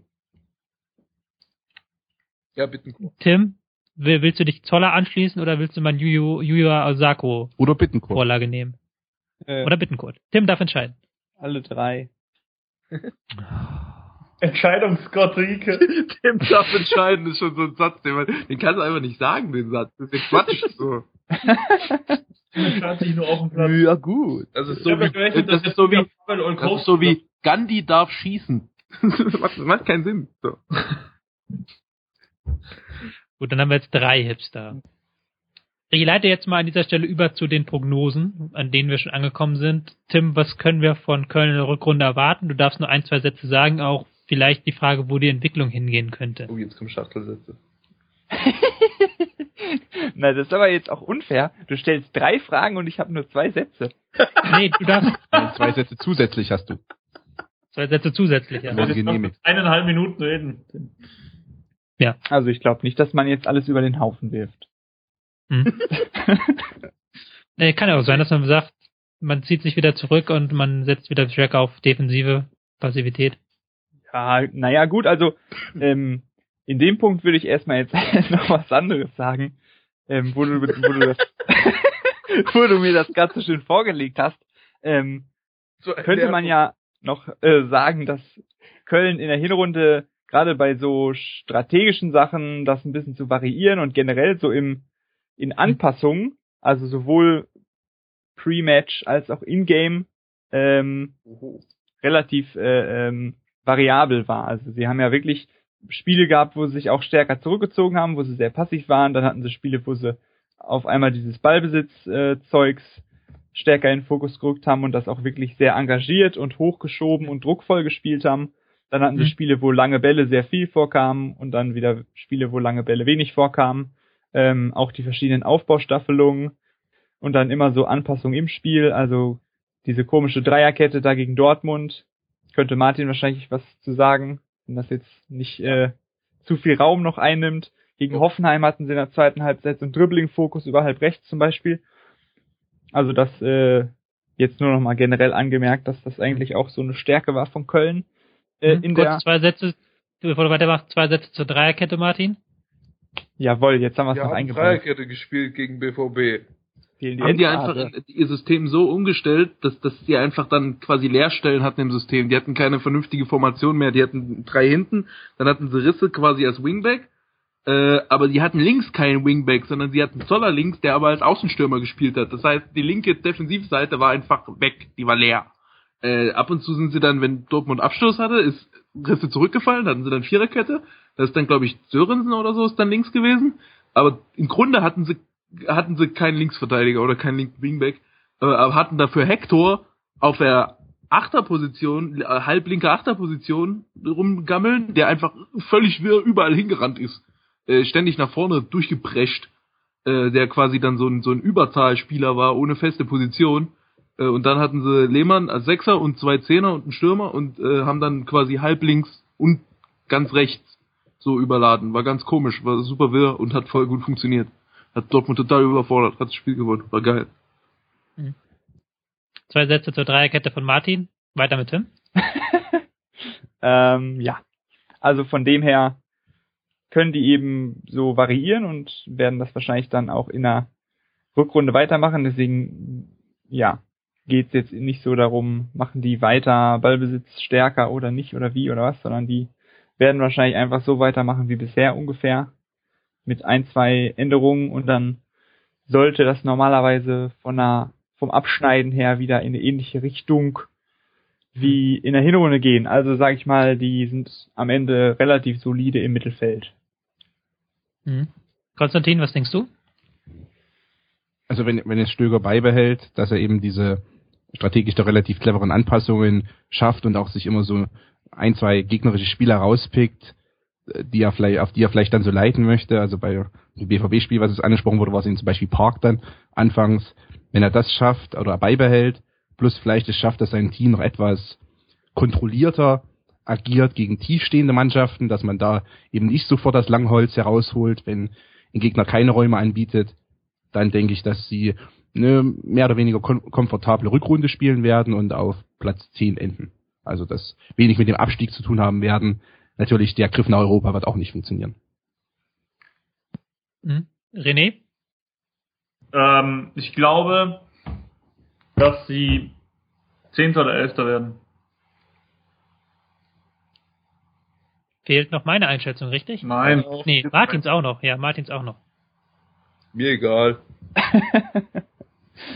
Ja, Bittencourt. Tim, willst du dich Zoller anschließen oder willst du mal Yuya, Yuya Osako oder Bittencourt Vorlage nehmen? Äh, oder Bittencourt. Tim darf entscheiden. Alle drei. Entscheidungsgott Rieke. Tim darf entscheiden, ist schon so ein Satz, den, man, den kannst du einfach nicht sagen, den Satz. Das ist ja Quatsch. So. Schaut sich nur auf dem Platz. Ja, gut. Das ist Ich so hab wie, gerechnet, das dass ist so wie, Pavel und das Coach- ist so wie Gandhi darf schießen. das macht, macht keinen Sinn. So. Gut, dann haben wir jetzt drei Hipster. Ich leite jetzt mal an dieser Stelle über zu den Prognosen, an denen wir schon angekommen sind. Tim, was können wir von Köln in der Rückrunde erwarten? Du darfst nur ein, zwei Sätze sagen, auch vielleicht die Frage, wo die Entwicklung hingehen könnte. Oh, jetzt kommen Schachtelsätze. Na, das ist aber jetzt auch unfair. Du stellst drei Fragen und ich habe nur zwei Sätze. Nee, du darfst Nein, zwei Sätze zusätzlich hast du. zwei Sätze zusätzlich. Ja. Wurde Jetzt noch genehmigt. eineinhalb Minuten reden. Also ich glaube nicht, dass man jetzt alles über den Haufen wirft. Hm. Nee, kann ja auch sein, dass man sagt, man zieht sich wieder zurück und man setzt wieder stärker auf defensive Passivität. Ja, naja, gut, also ähm, in dem Punkt würde ich erstmal jetzt noch was anderes sagen, ähm, wo, du, wo, du das, wo du mir das Ganze schön vorgelegt hast. Ähm, So, könnte man ja noch äh, sagen, dass Köln in der Hinrunde gerade bei so strategischen Sachen das ein bisschen zu variieren und generell so im in Anpassungen, also sowohl Pre-Match als auch In-Game ähm, relativ äh, ähm, variabel war. Also sie haben ja wirklich Spiele gehabt, wo sie sich auch stärker zurückgezogen haben, wo sie sehr passiv waren. Dann hatten sie Spiele, wo sie auf einmal dieses Ballbesitz-Zeugs stärker in den Fokus gerückt haben und das auch wirklich sehr engagiert und hochgeschoben und druckvoll gespielt haben. Dann hatten sie Mhm. Spiele, wo lange Bälle sehr viel vorkamen und dann wieder Spiele, wo lange Bälle wenig vorkamen. Ähm, auch die verschiedenen Aufbaustaffelungen und dann immer so Anpassungen im Spiel. Also diese komische Dreierkette da gegen Dortmund. Könnte Martin wahrscheinlich was zu sagen, wenn das jetzt nicht äh, zu viel Raum noch einnimmt. Gegen Hoffenheim hatten sie in der zweiten Halbzeit so einen Dribbling-Fokus über halb rechts zum Beispiel. Also das äh, jetzt nur noch mal generell angemerkt, dass das eigentlich auch so eine Stärke war von Köln. Äh, Hm, in Kurz der zwei Sätze, bevor du weitermachst, zwei Sätze zur Dreierkette, Martin. Jawohl, jetzt haben wir es Wir noch haben eingebaut. Dreierkette gespielt gegen B V B. Fehlen die Haben die Endphase. einfach ihr System so umgestellt, dass, dass die einfach dann quasi Leerstellen hatten im System. Die hatten keine vernünftige Formation mehr. Die hatten drei hinten, dann hatten sie Risse quasi als Wingback, äh, aber die hatten links keinen Wingback, sondern sie hatten Zoller links, der aber als Außenstürmer gespielt hat. Das heißt, die linke Defensivseite war einfach weg, die war leer. Äh, ab und zu sind sie dann, wenn Dortmund Abstoß hatte, ist Risse zurückgefallen, hatten sie dann Viererkette. Das ist dann, glaube ich, Sörensen oder so ist dann links gewesen. Aber im Grunde hatten sie hatten sie keinen Linksverteidiger oder keinen linken Wingback, äh, aber hatten dafür Hector auf der Achterposition, äh, halblinke Achterposition rumgammeln, der einfach völlig wirr überall hingerannt ist. Äh, ständig nach vorne durchgeprescht, äh, der quasi dann so ein, so ein Überzahlspieler war, ohne feste Position. Äh, und dann hatten sie Lehmann als Sechser und zwei Zehner und einen Stürmer und äh, haben dann quasi halblinks und ganz rechts so überladen. War ganz komisch, war super wirr und hat voll gut funktioniert. Hat Dortmund total überfordert, hat das Spiel gewonnen, war geil. Zwei Sätze zur Dreierkette von Martin. Weiter mit Tim. ähm, ja, also von dem her können die eben so variieren und werden das wahrscheinlich dann auch in der Rückrunde weitermachen. Deswegen, ja, geht's jetzt nicht so darum, machen die weiter Ballbesitz stärker oder nicht oder wie oder was, sondern die werden wahrscheinlich einfach so weitermachen wie bisher ungefähr mit ein, zwei Änderungen und dann sollte das normalerweise von der, vom Abschneiden her wieder in eine ähnliche Richtung wie in der Hinrunde gehen. Also sage ich mal, die sind am Ende relativ solide im Mittelfeld. Mhm. Konstantin, was denkst du? Also wenn, wenn es Stöger beibehält, dass er eben diese strategisch doch relativ cleveren Anpassungen schafft und auch sich immer so ein, zwei gegnerische Spieler rauspickt, die er vielleicht, auf die er vielleicht dann so leiten möchte. Also bei dem B V B-Spiel, was es angesprochen wurde, war es eben zum Beispiel Park dann anfangs. Wenn er das schafft oder beibehält, plus vielleicht es schafft, dass sein Team noch etwas kontrollierter agiert gegen tiefstehende Mannschaften, dass man da eben nicht sofort das Langholz herausholt, wenn ein Gegner keine Räume anbietet, dann denke ich, dass sie eine mehr oder weniger kom- komfortable Rückrunde spielen werden und auf Platz zehn enden. Also das wenig mit dem Abstieg zu tun haben werden. Natürlich, der Griff nach Europa wird auch nicht funktionieren. Mhm. René? Ähm, ich glaube, dass sie Zehnter oder Elfter werden. Fehlt noch meine Einschätzung, richtig? Nein. Nee, Martins auch noch. Ja, Martins auch noch. Mir egal.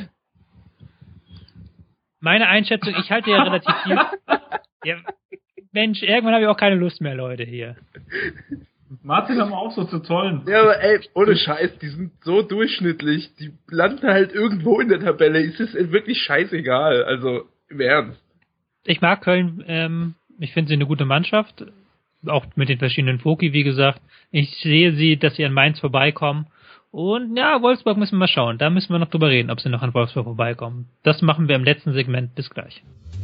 meine Einschätzung, ich halte ja relativ viel. Ja, Mensch, irgendwann habe ich auch keine Lust mehr, Leute, hier. Martin haben wir auch so zu tollen. Ja, aber ey, ohne Scheiß, die sind so durchschnittlich, die landen halt irgendwo in der Tabelle, ist es wirklich scheißegal, also im Ernst. Ich mag Köln, ähm, ich finde sie eine gute Mannschaft, auch mit den verschiedenen Foki, wie gesagt. Ich sehe sie, dass sie an Mainz vorbeikommen. Und ja, Wolfsburg müssen wir mal schauen. Da müssen wir noch drüber reden, ob sie noch an Wolfsburg vorbeikommen. Das machen wir im letzten Segment. Bis gleich.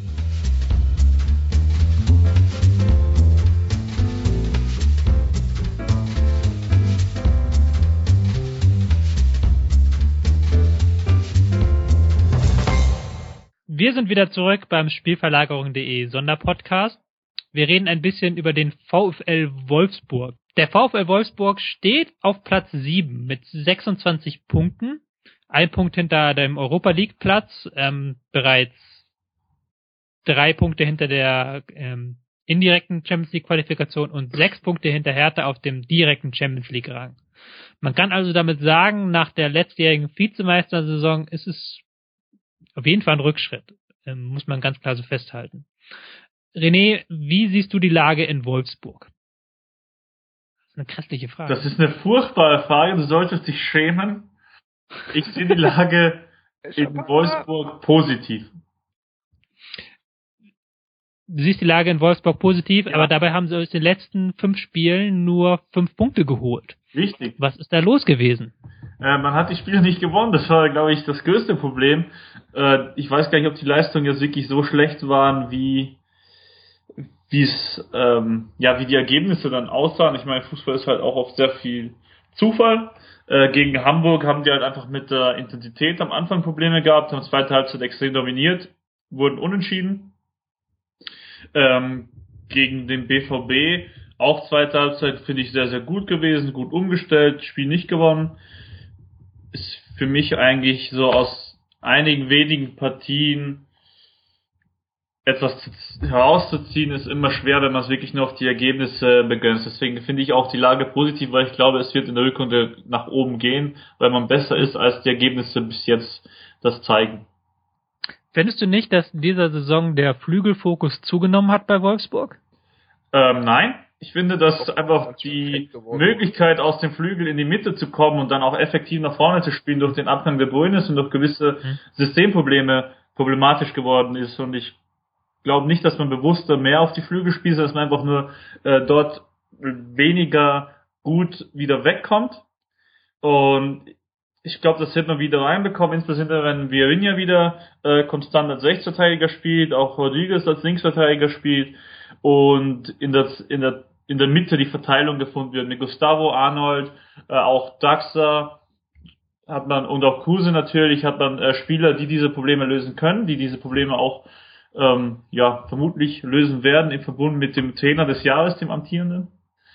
Wir sind wieder zurück beim Spielverlagerung punkt de Sonderpodcast. Wir reden ein bisschen über den VfL Wolfsburg. Der VfL Wolfsburg steht auf Platz sieben mit sechsundzwanzig Punkten. Ein Punkt hinter dem Europa League Platz, ähm, bereits drei Punkte hinter der ähm, indirekten Champions League Qualifikation und sechs Punkte hinter Hertha auf dem direkten Champions League Rang. Man kann also damit sagen, nach der letztjährigen Vizemeistersaison ist es auf jeden Fall ein Rückschritt, ähm, muss man ganz klar so festhalten. René, wie siehst du die Lage in Wolfsburg? Das ist eine grässliche Frage. Das ist eine furchtbare Frage, du solltest dich schämen. Ich sehe die Lage in Wolfsburg positiv. Du siehst die Lage in Wolfsburg positiv, Ja. aber dabei haben sie aus den letzten fünf Spielen nur fünf Punkte geholt. Richtig. Was ist da los gewesen? Äh, man hat die Spiele nicht gewonnen, das war, glaube ich, das größte Problem. Äh, ich weiß gar nicht, ob die Leistungen jetzt wirklich so schlecht waren, wie wie es ähm, ja wie die Ergebnisse dann aussahen. Ich meine, Fußball ist halt auch oft sehr viel Zufall. Äh, gegen Hamburg haben die halt einfach mit der Intensität am Anfang Probleme gehabt, haben zweite Halbzeit extrem dominiert, wurden unentschieden. Ähm, gegen den B V B auch zweite Halbzeit finde ich sehr, sehr gut gewesen, gut umgestellt, Spiel nicht gewonnen. Ist für mich eigentlich so aus einigen wenigen Partien etwas zu, herauszuziehen, ist immer schwer, wenn man es wirklich nur auf die Ergebnisse begrenzt. Deswegen finde ich auch die Lage positiv, weil ich glaube, es wird in der Rückrunde nach oben gehen, weil man besser ist, als die Ergebnisse bis jetzt das zeigen. Findest du nicht, dass in dieser Saison der Flügelfokus zugenommen hat bei Wolfsburg? Ähm, nein. Ich finde, dass einfach die Möglichkeit, aus dem Flügel in die Mitte zu kommen und dann auch effektiv nach vorne zu spielen durch den Abgang der Bruyne und durch gewisse mhm. Systemprobleme problematisch geworden ist. Und ich glaube nicht, dass man bewusster mehr auf die Flügel spielt, sondern dass man einfach nur äh, dort weniger gut wieder wegkommt. Und ich glaube, das wird man wieder reinbekommen, insbesondere wenn Vieirinha wieder äh, konstant als Rechtsverteidiger spielt, auch Rodriguez als Linksverteidiger spielt und in der, in der, in der Mitte die Verteilung gefunden wird mit Gustavo, Arnold, äh, auch Daxa hat man und auch Kruse natürlich, hat man äh, Spieler, die diese Probleme lösen können, die diese Probleme auch ähm, ja vermutlich lösen werden, im Verbund mit dem Trainer des Jahres, dem amtierenden.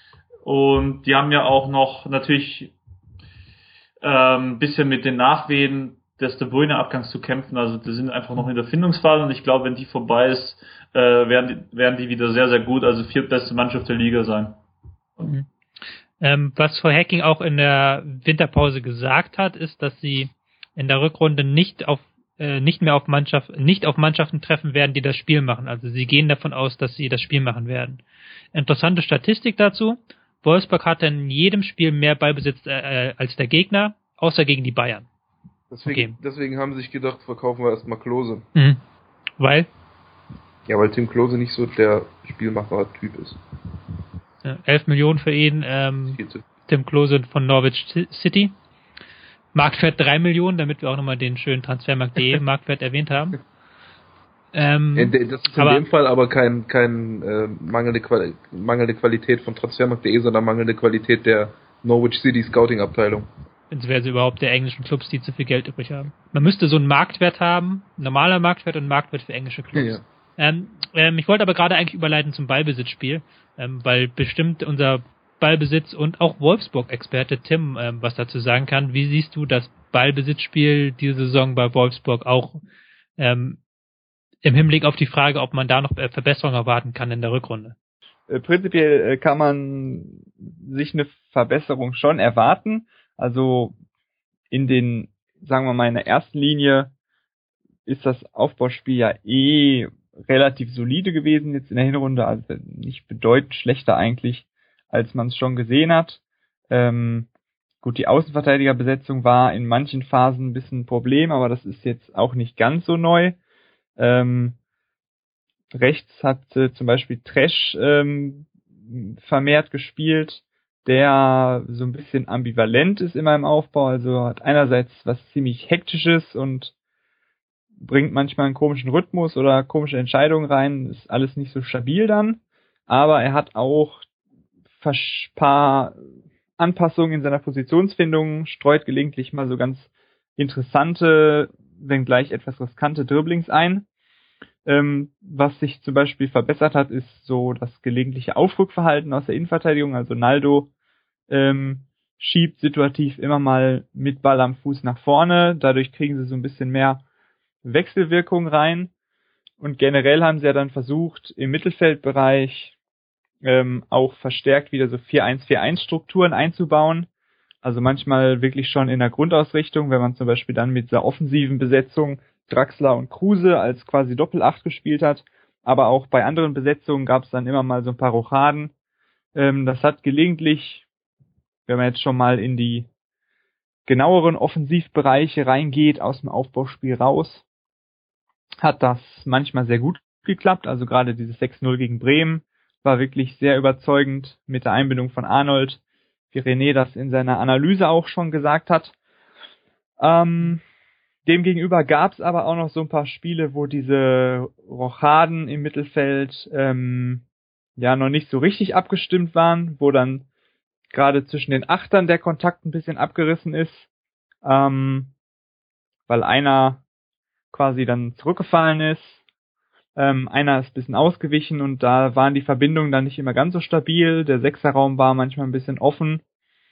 Und die haben ja auch noch natürlich ein ähm, bisschen mit den Nachwehen des De Bruyne-Abgangs zu kämpfen. Also die sind einfach noch in der Findungsphase und ich glaube, wenn die vorbei ist, äh, werden, die, werden die wieder sehr, sehr gut, also viertbeste Mannschaft der Liga sein. Mhm. Ähm, was Frau Hacking auch in der Winterpause gesagt hat, ist, dass sie in der Rückrunde nicht auf äh, nicht mehr auf Mannschaft, nicht auf Mannschaften treffen werden, die das Spiel machen. Also sie gehen davon aus, dass sie das Spiel machen werden. Interessante Statistik dazu. Wolfsburg hatte in jedem Spiel mehr Ballbesitz äh, als der Gegner, außer gegen die Bayern. Deswegen, okay. deswegen haben sie sich gedacht, verkaufen wir erstmal Klose. Mhm. Weil? Ja, weil Tim Klose nicht so der Spielmacher-Typ ist. Ja, elf Millionen für ihn. Ähm, Tim Klose von Norwich City. Marktwert drei Millionen, damit wir auch nochmal den schönen Transfermarkt punkt de Marktwert erwähnt haben. Ähm, das ist in aber, dem Fall aber kein, kein äh, mangelnde, Quali- mangelnde Qualität von Transfermarkt punkt de, sondern mangelnde Qualität der Norwich City Scouting Abteilung. Beziehungsweise überhaupt der englischen Clubs, die zu viel Geld übrig haben. Man müsste so einen Marktwert haben, normaler Marktwert und Marktwert für englische Clubs. Ja. Ähm, ähm, ich wollte aber gerade eigentlich überleiten zum Ballbesitzspiel, ähm, weil bestimmt unser Ballbesitz und auch Wolfsburg-Experte Tim ähm, was dazu sagen kann. Wie siehst du das Ballbesitzspiel diese Saison bei Wolfsburg auch ähm, im Hinblick auf die Frage, ob man da noch Verbesserungen erwarten kann in der Rückrunde? Äh, prinzipiell äh, kann man sich eine Verbesserung schon erwarten. Also in den, sagen wir mal, in der ersten Linie ist das Aufbauspiel ja eh relativ solide gewesen jetzt in der Hinrunde, also nicht bedeutend schlechter eigentlich, als man es schon gesehen hat. Ähm, gut, die Außenverteidigerbesetzung war in manchen Phasen ein bisschen ein Problem, aber das ist jetzt auch nicht ganz so neu. Ähm, rechts hat äh, zum Beispiel Tresch ähm, vermehrt gespielt, der so ein bisschen ambivalent ist immer im Aufbau, also hat einerseits was ziemlich Hektisches und bringt manchmal einen komischen Rhythmus oder komische Entscheidungen rein, ist alles nicht so stabil dann, aber er hat auch ein paar Anpassungen in seiner Positionsfindung, streut gelegentlich mal so ganz interessante, wenngleich etwas riskante Dribblings ein. Ähm, was sich zum Beispiel verbessert hat, ist so das gelegentliche Aufrückverhalten aus der Innenverteidigung. Also Naldo ähm, schiebt situativ immer mal mit Ball am Fuß nach vorne. Dadurch kriegen sie so ein bisschen mehr Wechselwirkung rein. Und generell haben sie ja dann versucht, im Mittelfeldbereich ähm, auch verstärkt wieder so vier eins vier eins Strukturen einzubauen. Also manchmal wirklich schon in der Grundausrichtung, wenn man zum Beispiel dann mit dieser offensiven Besetzung Draxler und Kruse als quasi Doppelacht gespielt hat. Aber auch bei anderen Besetzungen gab es dann immer mal so ein paar Rochaden. Ähm, das hat gelegentlich, wenn man jetzt schon mal in die genaueren Offensivbereiche reingeht, aus dem Aufbauspiel raus, hat das manchmal sehr gut geklappt. Also gerade dieses sechs null gegen Bremen war wirklich sehr überzeugend mit der Einbindung von Arnold, wie René das in seiner Analyse auch schon gesagt hat. Ähm, Demgegenüber gab es aber auch noch so ein paar Spiele, wo diese Rochaden im Mittelfeld ähm, ja noch nicht so richtig abgestimmt waren, wo dann gerade zwischen den Achtern der Kontakt ein bisschen abgerissen ist, ähm, weil einer quasi dann zurückgefallen ist, ähm, einer ist ein bisschen ausgewichen und da waren die Verbindungen dann nicht immer ganz so stabil, der Sechserraum war manchmal ein bisschen offen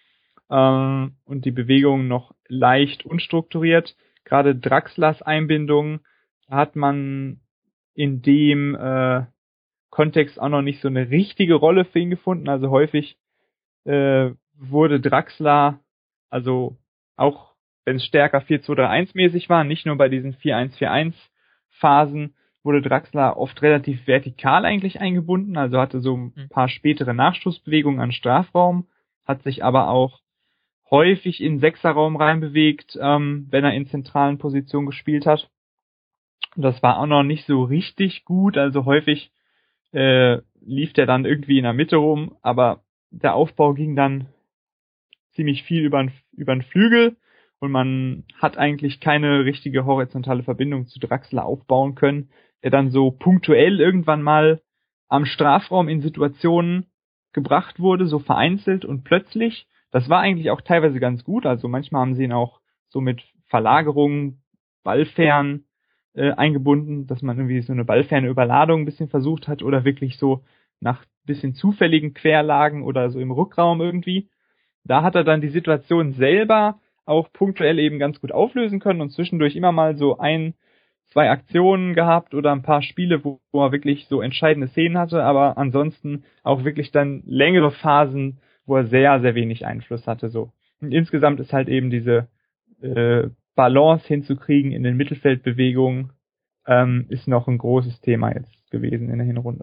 ähm, und die Bewegungen noch leicht unstrukturiert. Gerade Draxlers Einbindung hat man in dem äh, Kontext auch noch nicht so eine richtige Rolle für ihn gefunden. Also häufig äh, wurde Draxler, also auch wenn es stärker vier zwei drei eins mäßig war, nicht nur bei diesen vier eins vier eins Phasen, wurde Draxler oft relativ vertikal eigentlich eingebunden, also hatte so ein paar spätere Nachstoßbewegungen an Strafraum, hat sich aber auch häufig in Sechserraum reinbewegt, ähm, wenn er in zentralen Positionen gespielt hat. Und das war auch noch nicht so richtig gut, also häufig äh, lief der dann irgendwie in der Mitte rum, aber der Aufbau ging dann ziemlich viel über den Flügel und man hat eigentlich keine richtige horizontale Verbindung zu Draxler aufbauen können, der dann so punktuell irgendwann mal am Strafraum in Situationen gebracht wurde, so vereinzelt und plötzlich. Das war eigentlich auch teilweise ganz gut, also manchmal haben sie ihn auch so mit Verlagerungen, ballfern äh, eingebunden, dass man irgendwie so eine ballferne Überladung ein bisschen versucht hat oder wirklich so nach bisschen zufälligen Querlagen oder so im Rückraum irgendwie. Da hat er dann die Situation selber auch punktuell eben ganz gut auflösen können und zwischendurch immer mal so ein, zwei Aktionen gehabt oder ein paar Spiele, wo, wo er wirklich so entscheidende Szenen hatte, aber ansonsten auch wirklich dann längere Phasen, wo er sehr, sehr wenig Einfluss hatte. So. Und insgesamt ist halt eben diese äh, Balance hinzukriegen in den Mittelfeldbewegungen, ähm, ist noch ein großes Thema jetzt gewesen in der Hinrunde.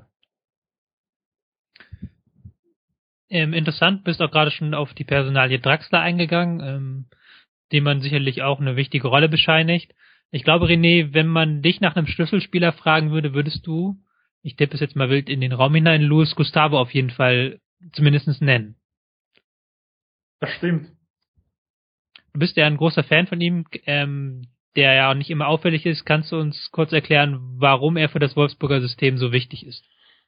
Ähm, interessant, bist auch gerade schon auf die Personalie Draxler eingegangen, ähm, dem man sicherlich auch eine wichtige Rolle bescheinigt. Ich glaube, René, wenn man dich nach einem Schlüsselspieler fragen würde, würdest du, ich tippe es jetzt mal wild in den Raum hinein, Luis Gustavo auf jeden Fall zumindest nennen. Das stimmt. Du bist ja ein großer Fan von ihm, ähm, der ja auch nicht immer auffällig ist. Kannst du uns kurz erklären, warum er für das Wolfsburger System so wichtig ist?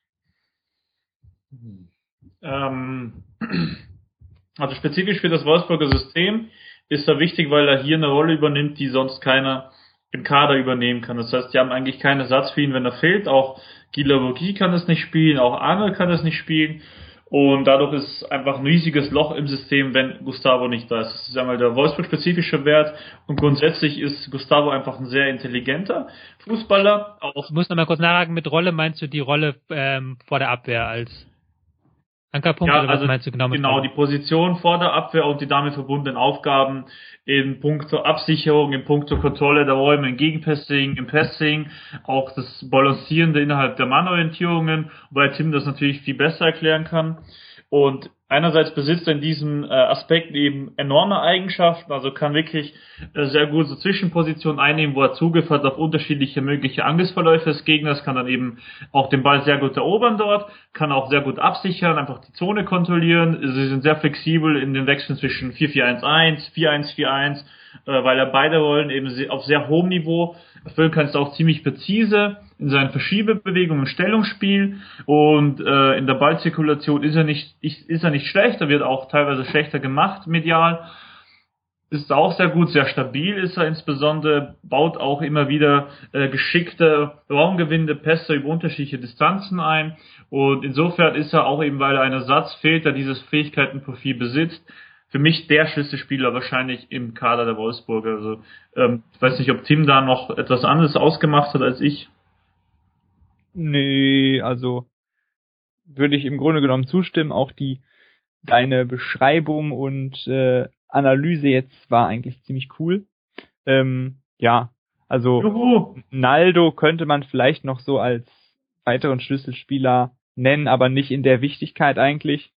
Ähm, also spezifisch für das Wolfsburger System ist er wichtig, weil er hier eine Rolle übernimmt, die sonst keiner im Kader übernehmen kann. Das heißt, die haben eigentlich keinen Ersatz für ihn, wenn er fehlt. Auch Guy Bourgi kann es nicht spielen, auch Arnold kann es nicht spielen. Und dadurch ist einfach ein riesiges Loch im System, wenn Gustavo nicht da ist. Das ist einmal der Wolfsburg-spezifische Wert. Und grundsätzlich ist Gustavo einfach ein sehr intelligenter Fußballer. Auch ich muss noch mal kurz nachhaken, mit Rolle meinst du die Rolle ähm, vor der Abwehr als Ankerpunkt, Ja, oder was also meinst du genau mit genau, Vorder- die Position vor der Abwehr und die damit verbundenen Aufgaben in puncto Absicherung, in puncto Kontrolle der Räume, im Gegenpressing, im Pressing, auch das Balancierende innerhalb der Mannorientierungen, wobei Tim das natürlich viel besser erklären kann. Und einerseits besitzt er in diesem äh, Aspekt eben enorme Eigenschaften, also kann wirklich äh, sehr gut so Zwischenpositionen einnehmen, wo er Zugriff hat auf unterschiedliche mögliche Angriffsverläufe des Gegners, kann dann eben auch den Ball sehr gut erobern dort, kann auch sehr gut absichern, einfach die Zone kontrollieren. Sie sind sehr flexibel in den Wechseln zwischen vier vier eins eins, vier eins vier eins, äh, weil er beide Rollen eben auf sehr hohem Niveau erfüllen kann, ist auch ziemlich präzise in seinen Verschiebebewegungen im Stellungsspiel und äh, in der Ballzirkulation ist er nicht ist er nicht schlecht, er wird auch teilweise schlechter gemacht medial, ist auch sehr gut, sehr stabil ist er insbesondere, baut auch immer wieder äh, geschickte raumgewinnende Pässe über unterschiedliche Distanzen ein und insofern ist er auch eben, weil er ein Ersatz fehlt, der dieses Fähigkeitenprofil besitzt, für mich der Schlüsselspieler wahrscheinlich im Kader der Wolfsburger. Also ähm, ich weiß nicht, ob Tim da noch etwas anderes ausgemacht hat als ich. Nee, also würde ich im Grunde genommen zustimmen. Auch die deine Beschreibung und äh, Analyse jetzt war eigentlich ziemlich cool. Ähm, ja, also Juhu. Naldo könnte man vielleicht noch so als weiteren Schlüsselspieler nennen, aber nicht in der Wichtigkeit eigentlich.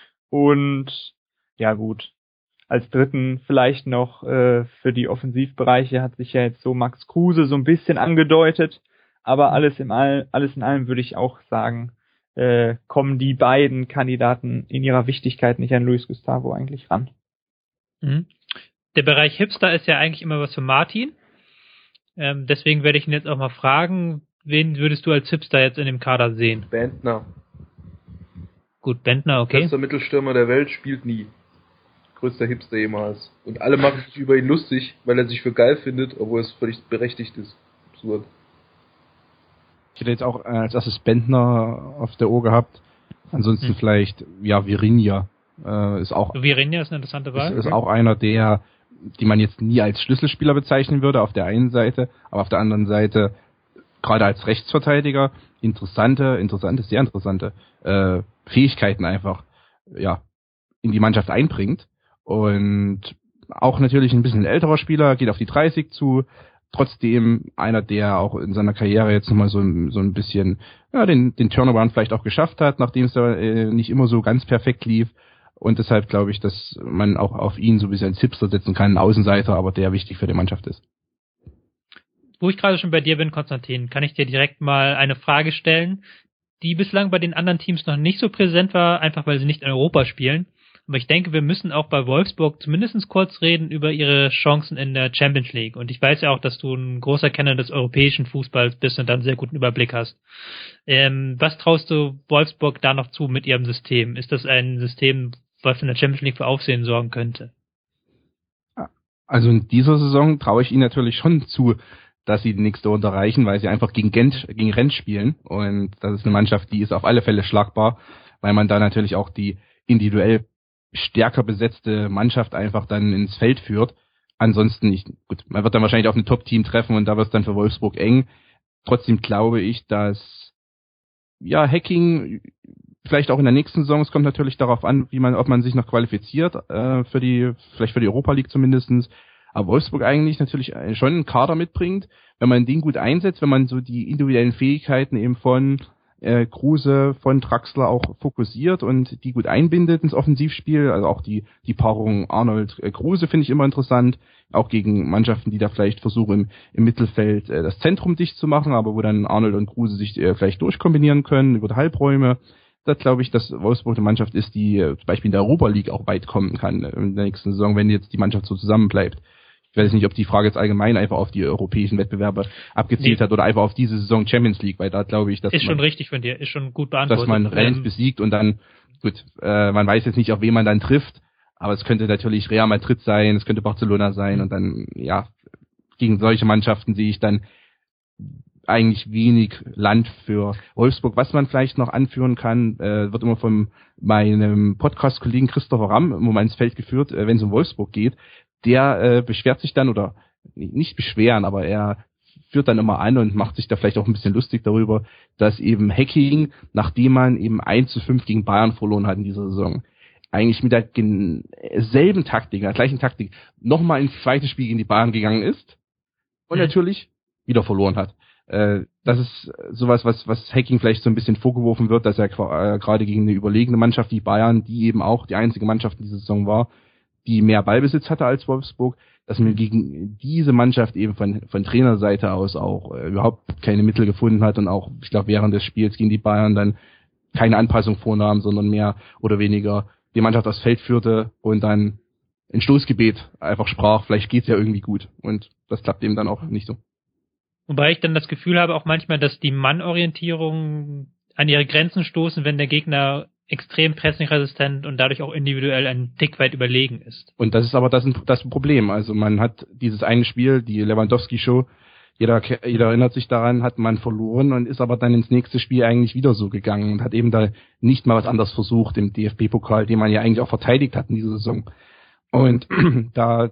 Und ja gut, als dritten vielleicht noch äh, für die Offensivbereiche hat sich ja jetzt so Max Kruse so ein bisschen angedeutet, aber alles in all, alles in allem würde ich auch sagen, äh, kommen die beiden Kandidaten in ihrer Wichtigkeit nicht an Luis Gustavo eigentlich ran. Mhm. Der Bereich Hipster ist ja eigentlich immer was für Martin. Ähm, deswegen werde ich ihn jetzt auch mal fragen, wen würdest du als Hipster jetzt in dem Kader sehen? Bentner. Gut, Bentner, okay. Bester Mittelstürmer der Welt, spielt nie. Größter Hipster jemals. Und alle machen sich über ihn lustig, weil er sich für geil findet, obwohl es völlig berechtigt ist. Absurd. Ich hätte jetzt auch äh, als erstes Bentner auf der Uhr gehabt. Ansonsten Hm. vielleicht, ja, Virinja. Äh, ist auch Virinja ist eine interessante Wahl. ist, ist auch einer, der, die man jetzt nie als Schlüsselspieler bezeichnen würde, auf der einen Seite, aber auf der anderen Seite, gerade als Rechtsverteidiger, interessante, interessante, sehr interessante äh, Fähigkeiten einfach, ja, in die Mannschaft einbringt. Und auch natürlich ein bisschen älterer Spieler, geht auf die dreißig zu, trotzdem einer, der auch in seiner Karriere jetzt nochmal so, so ein bisschen ja, den, den Turnaround vielleicht auch geschafft hat, nachdem es da äh, nicht immer so ganz perfekt lief. Und deshalb glaube ich, dass man auch auf ihn so ein bisschen als Hipster setzen kann, ein Außenseiter, aber der wichtig für die Mannschaft ist. Wo ich gerade schon bei dir bin, Konstantin, kann ich dir direkt mal eine Frage stellen, die bislang bei den anderen Teams noch nicht so präsent war, einfach weil sie nicht in Europa spielen. Aber ich denke, wir müssen auch bei Wolfsburg zumindest kurz reden über ihre Chancen in der Champions League. Und ich weiß ja auch, dass du ein großer Kenner des europäischen Fußballs bist und dann einen sehr guten Überblick hast. Ähm, was traust du Wolfsburg da noch zu mit ihrem System? Ist das ein System, was in der Champions League für Aufsehen sorgen könnte? Also in dieser Saison traue ich ihnen natürlich schon zu, dass sie die nächste Runde erreichen, weil sie einfach gegen Gent, gegen Rennes spielen. Und das ist eine Mannschaft, die ist auf alle Fälle schlagbar, weil man da natürlich auch die individuell stärker besetzte Mannschaft einfach dann ins Feld führt. Ansonsten, ich, gut, man wird dann wahrscheinlich auf ein Top-Team treffen und da wird es dann für Wolfsburg eng. Trotzdem glaube ich, dass ja Hacking vielleicht auch in der nächsten Saison, es kommt natürlich darauf an, wie man, ob man sich noch qualifiziert äh, für die, vielleicht für die Europa League zumindestens. Aber Wolfsburg eigentlich natürlich schon einen Kader mitbringt, wenn man den gut einsetzt, wenn man so die individuellen Fähigkeiten eben von äh, Kruse, von Draxler auch fokussiert und die gut einbindet ins Offensivspiel. Also auch die die Paarung Arnold-Kruse finde ich immer interessant, auch gegen Mannschaften, die da vielleicht versuchen im, im Mittelfeld äh, das Zentrum dicht zu machen, aber wo dann Arnold und Kruse sich äh, vielleicht durchkombinieren können über die Halbräume. Das glaube ich, dass Wolfsburg eine Mannschaft ist, die äh, zum Beispiel in der Europa League auch weit kommen kann äh, in der nächsten Saison, wenn jetzt die Mannschaft so zusammenbleibt. Ich weiß nicht, ob die Frage jetzt allgemein einfach auf die europäischen Wettbewerbe abgezielt nee. hat oder einfach auf diese Saison Champions League, weil da glaube ich, dass ist man, schon richtig von dir, ist schon gut beantwortet. Dass man Rennes ähm, besiegt und dann, gut, äh, man weiß jetzt nicht, auf wen man dann trifft, aber es könnte natürlich Real Madrid sein, es könnte Barcelona sein und dann, ja, gegen solche Mannschaften sehe ich dann eigentlich wenig Land für Wolfsburg. Was man vielleicht noch anführen kann, äh, wird immer von meinem Podcast-Kollegen Christopher Ramm im Moment ins Feld geführt, äh, wenn es um Wolfsburg geht. Der äh, beschwert sich dann, oder nicht beschweren, aber er führt dann immer an und macht sich da vielleicht auch ein bisschen lustig darüber, dass eben Hacking, nachdem man eben eins zu fünf gegen Bayern verloren hat in dieser Saison, eigentlich mit der gen- selben Taktik, der gleichen Taktik, nochmal ins zweite Spiel gegen die Bayern gegangen ist und mhm. natürlich wieder verloren hat. Äh, das ist sowas, was, was Hacking vielleicht so ein bisschen vorgeworfen wird, dass er äh, gerade gegen eine überlegene Mannschaft wie Bayern, die eben auch die einzige Mannschaft in dieser Saison war, die mehr Ballbesitz hatte als Wolfsburg, dass man gegen diese Mannschaft eben von, von Trainerseite aus auch äh, überhaupt keine Mittel gefunden hat und auch, ich glaube, während des Spiels gegen die Bayern dann keine Anpassung vornahm, sondern mehr oder weniger die Mannschaft aufs Feld führte und dann ein Stoßgebet einfach sprach, vielleicht geht's ja irgendwie gut. Und das klappt eben dann auch nicht so. Wobei ich dann das Gefühl habe auch manchmal, dass die Mannorientierung an ihre Grenzen stoßen, wenn der Gegner extrem pressingresistent und dadurch auch individuell ein Tick weit überlegen ist. Und das ist aber das, das Problem. Also man hat dieses eine Spiel, die Lewandowski-Show, jeder, jeder erinnert sich daran, hat man verloren und ist aber dann ins nächste Spiel eigentlich wieder so gegangen und hat eben da nicht mal was anderes versucht im D F B-Pokal, den man ja eigentlich auch verteidigt hat in dieser Saison. Und da,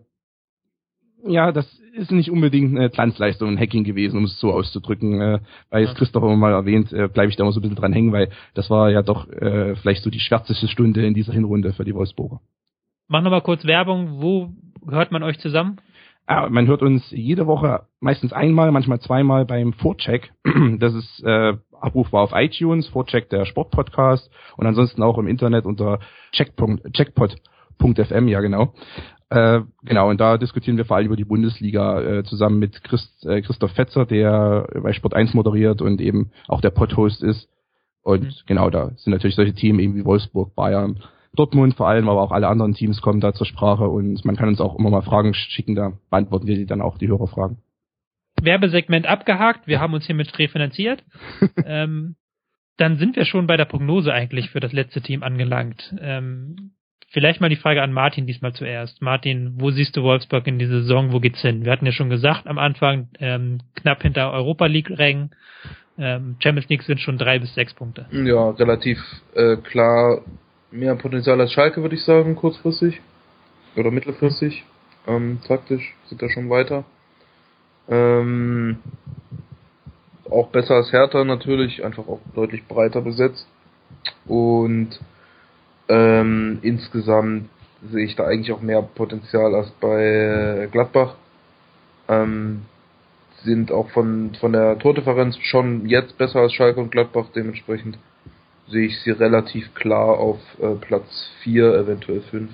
ja, das ist nicht unbedingt eine Glanzleistung, ein Hacking gewesen, um es so auszudrücken. Äh, weil es Christoph immer mal erwähnt, äh, bleibe ich da mal so ein bisschen dran hängen, weil das war ja doch äh, vielleicht so die schwärzeste Stunde in dieser Hinrunde für die Wolfsburger. Mach nochmal kurz Werbung. Wo hört man euch zusammen? Ah, man hört uns jede Woche meistens einmal, manchmal zweimal beim Vorcheck. Das ist äh, abrufbar auf iTunes, Vorcheck der Sportpodcast und ansonsten auch im Internet unter checkpot punkt f m, ja genau. Äh, genau, und da diskutieren wir vor allem über die Bundesliga äh, zusammen mit Christ, äh, Christoph Fetzer, der bei Sport eins moderiert und eben auch der Podhost ist. Und mhm. genau, da sind natürlich solche Themen eben wie Wolfsburg, Bayern, Dortmund vor allem, aber auch alle anderen Teams kommen da zur Sprache und man kann uns auch immer mal Fragen schicken, da beantworten wir die dann auch, die Hörerfragen. Werbesegment abgehakt, wir haben uns hiermit refinanziert. ähm, dann sind wir schon bei der Prognose eigentlich für das letzte Team angelangt. Ähm, vielleicht mal die Frage an Martin diesmal zuerst. Martin, wo siehst du Wolfsburg in dieser Saison, wo geht's hin? Wir hatten ja schon gesagt am Anfang, ähm, knapp hinter Europa League-Rängen. Ähm, Champions League sind schon drei bis sechs Punkte. Ja, relativ äh, klar mehr Potenzial als Schalke, würde ich sagen, kurzfristig oder mittelfristig. Ähm, taktisch sind da schon weiter. Ähm, auch besser als Hertha natürlich, einfach auch deutlich breiter besetzt. Und ähm, insgesamt sehe ich da eigentlich auch mehr Potenzial als bei Gladbach. Ähm, sind auch von von der Tordifferenz schon jetzt besser als Schalke und Gladbach, dementsprechend sehe ich sie relativ klar auf äh, Platz vier, eventuell fünf.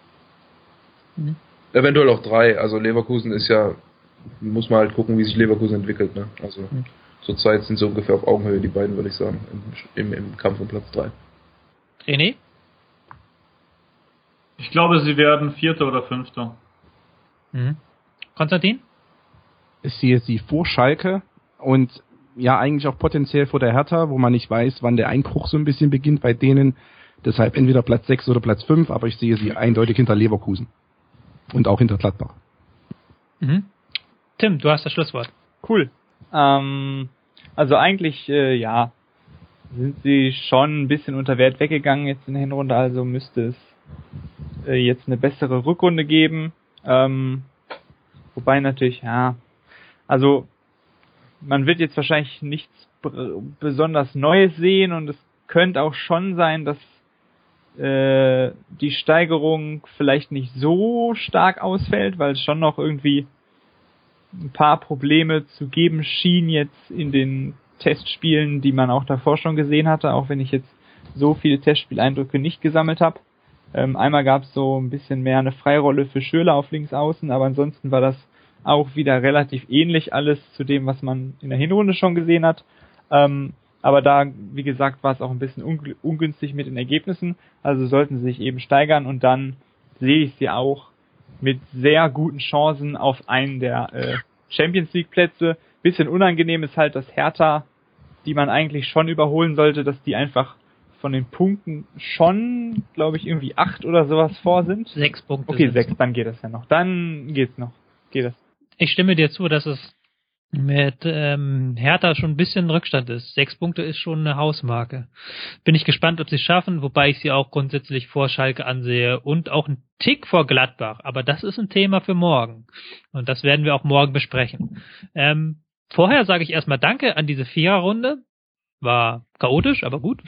Mhm. Eventuell auch drei. Also Leverkusen ist ja, muss man halt gucken, wie sich Leverkusen entwickelt. Ne? Also mhm. zurzeit sind sie ungefähr auf Augenhöhe, die beiden, würde ich sagen, im, im, im Kampf um Platz drei. René? Ich glaube, sie werden Vierter oder Fünfter. Mhm. Konstantin? Ich sehe sie vor Schalke und ja eigentlich auch potenziell vor der Hertha, wo man nicht weiß, wann der Einbruch so ein bisschen beginnt bei denen. Deshalb entweder Platz sechs oder Platz fünf, aber ich sehe sie eindeutig hinter Leverkusen. Und auch hinter Gladbach. Mhm. Tim, du hast das Schlusswort. Cool. Ähm, also eigentlich, äh, ja, sind sie schon ein bisschen unter Wert weggegangen jetzt in der Hinrunde, also müsste es äh, jetzt eine bessere Rückrunde geben. Ähm, wobei natürlich, ja, also man wird jetzt wahrscheinlich nichts b- besonders Neues sehen und es könnte auch schon sein, dass äh, die Steigerung vielleicht nicht so stark ausfällt, weil es schon noch irgendwie ein paar Probleme zu geben schien jetzt in den Testspielen, die man auch davor schon gesehen hatte, auch wenn ich jetzt so viele Testspieleindrücke nicht gesammelt habe. Ähm, einmal gab es so ein bisschen mehr eine Freirolle für Schürrle auf links außen, aber ansonsten war das auch wieder relativ ähnlich alles zu dem, was man in der Hinrunde schon gesehen hat. Ähm, aber da, wie gesagt, war es auch ein bisschen ungü- ungünstig mit den Ergebnissen. Also sollten sie sich eben steigern und dann sehe ich sie auch mit sehr guten Chancen auf einen der äh, Champions League Plätze. Bisschen unangenehm ist halt, dass Hertha, die man eigentlich schon überholen sollte, dass die einfach von den Punkten schon, glaube ich, irgendwie acht oder sowas vor sind. Sechs Punkte. Okay, sechs, dann geht das ja noch. Dann geht's noch. Geht das. Ich stimme dir zu, dass es mit ähm, Hertha schon ein bisschen Rückstand ist. Sechs Punkte ist schon eine Hausmarke. Bin ich gespannt, ob sie es schaffen, wobei ich sie auch grundsätzlich vor Schalke ansehe und auch einen Tick vor Gladbach. Aber das ist ein Thema für morgen. Und das werden wir auch morgen besprechen. Ähm, vorher sage ich erstmal Danke an diese Viererrunde. War chaotisch, aber gut.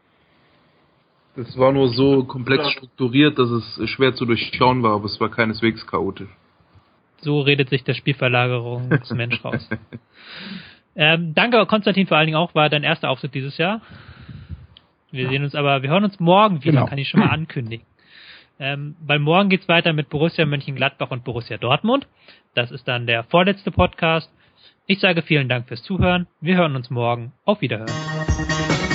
Es war nur so komplex strukturiert, dass es schwer zu durchschauen war, aber es war keineswegs chaotisch. So redet sich der Spielverlagerungsmensch raus. Ähm, danke, Konstantin, vor allen Dingen auch, war dein erster Auftritt dieses Jahr. Wir sehen uns aber, wir hören uns morgen wieder, Genau. kann ich schon mal ankündigen. Ähm, weil morgen geht's weiter mit Borussia Mönchengladbach und Borussia Dortmund. Das ist dann der vorletzte Podcast. Ich sage vielen Dank fürs Zuhören. Wir hören uns morgen. Auf Wiederhören.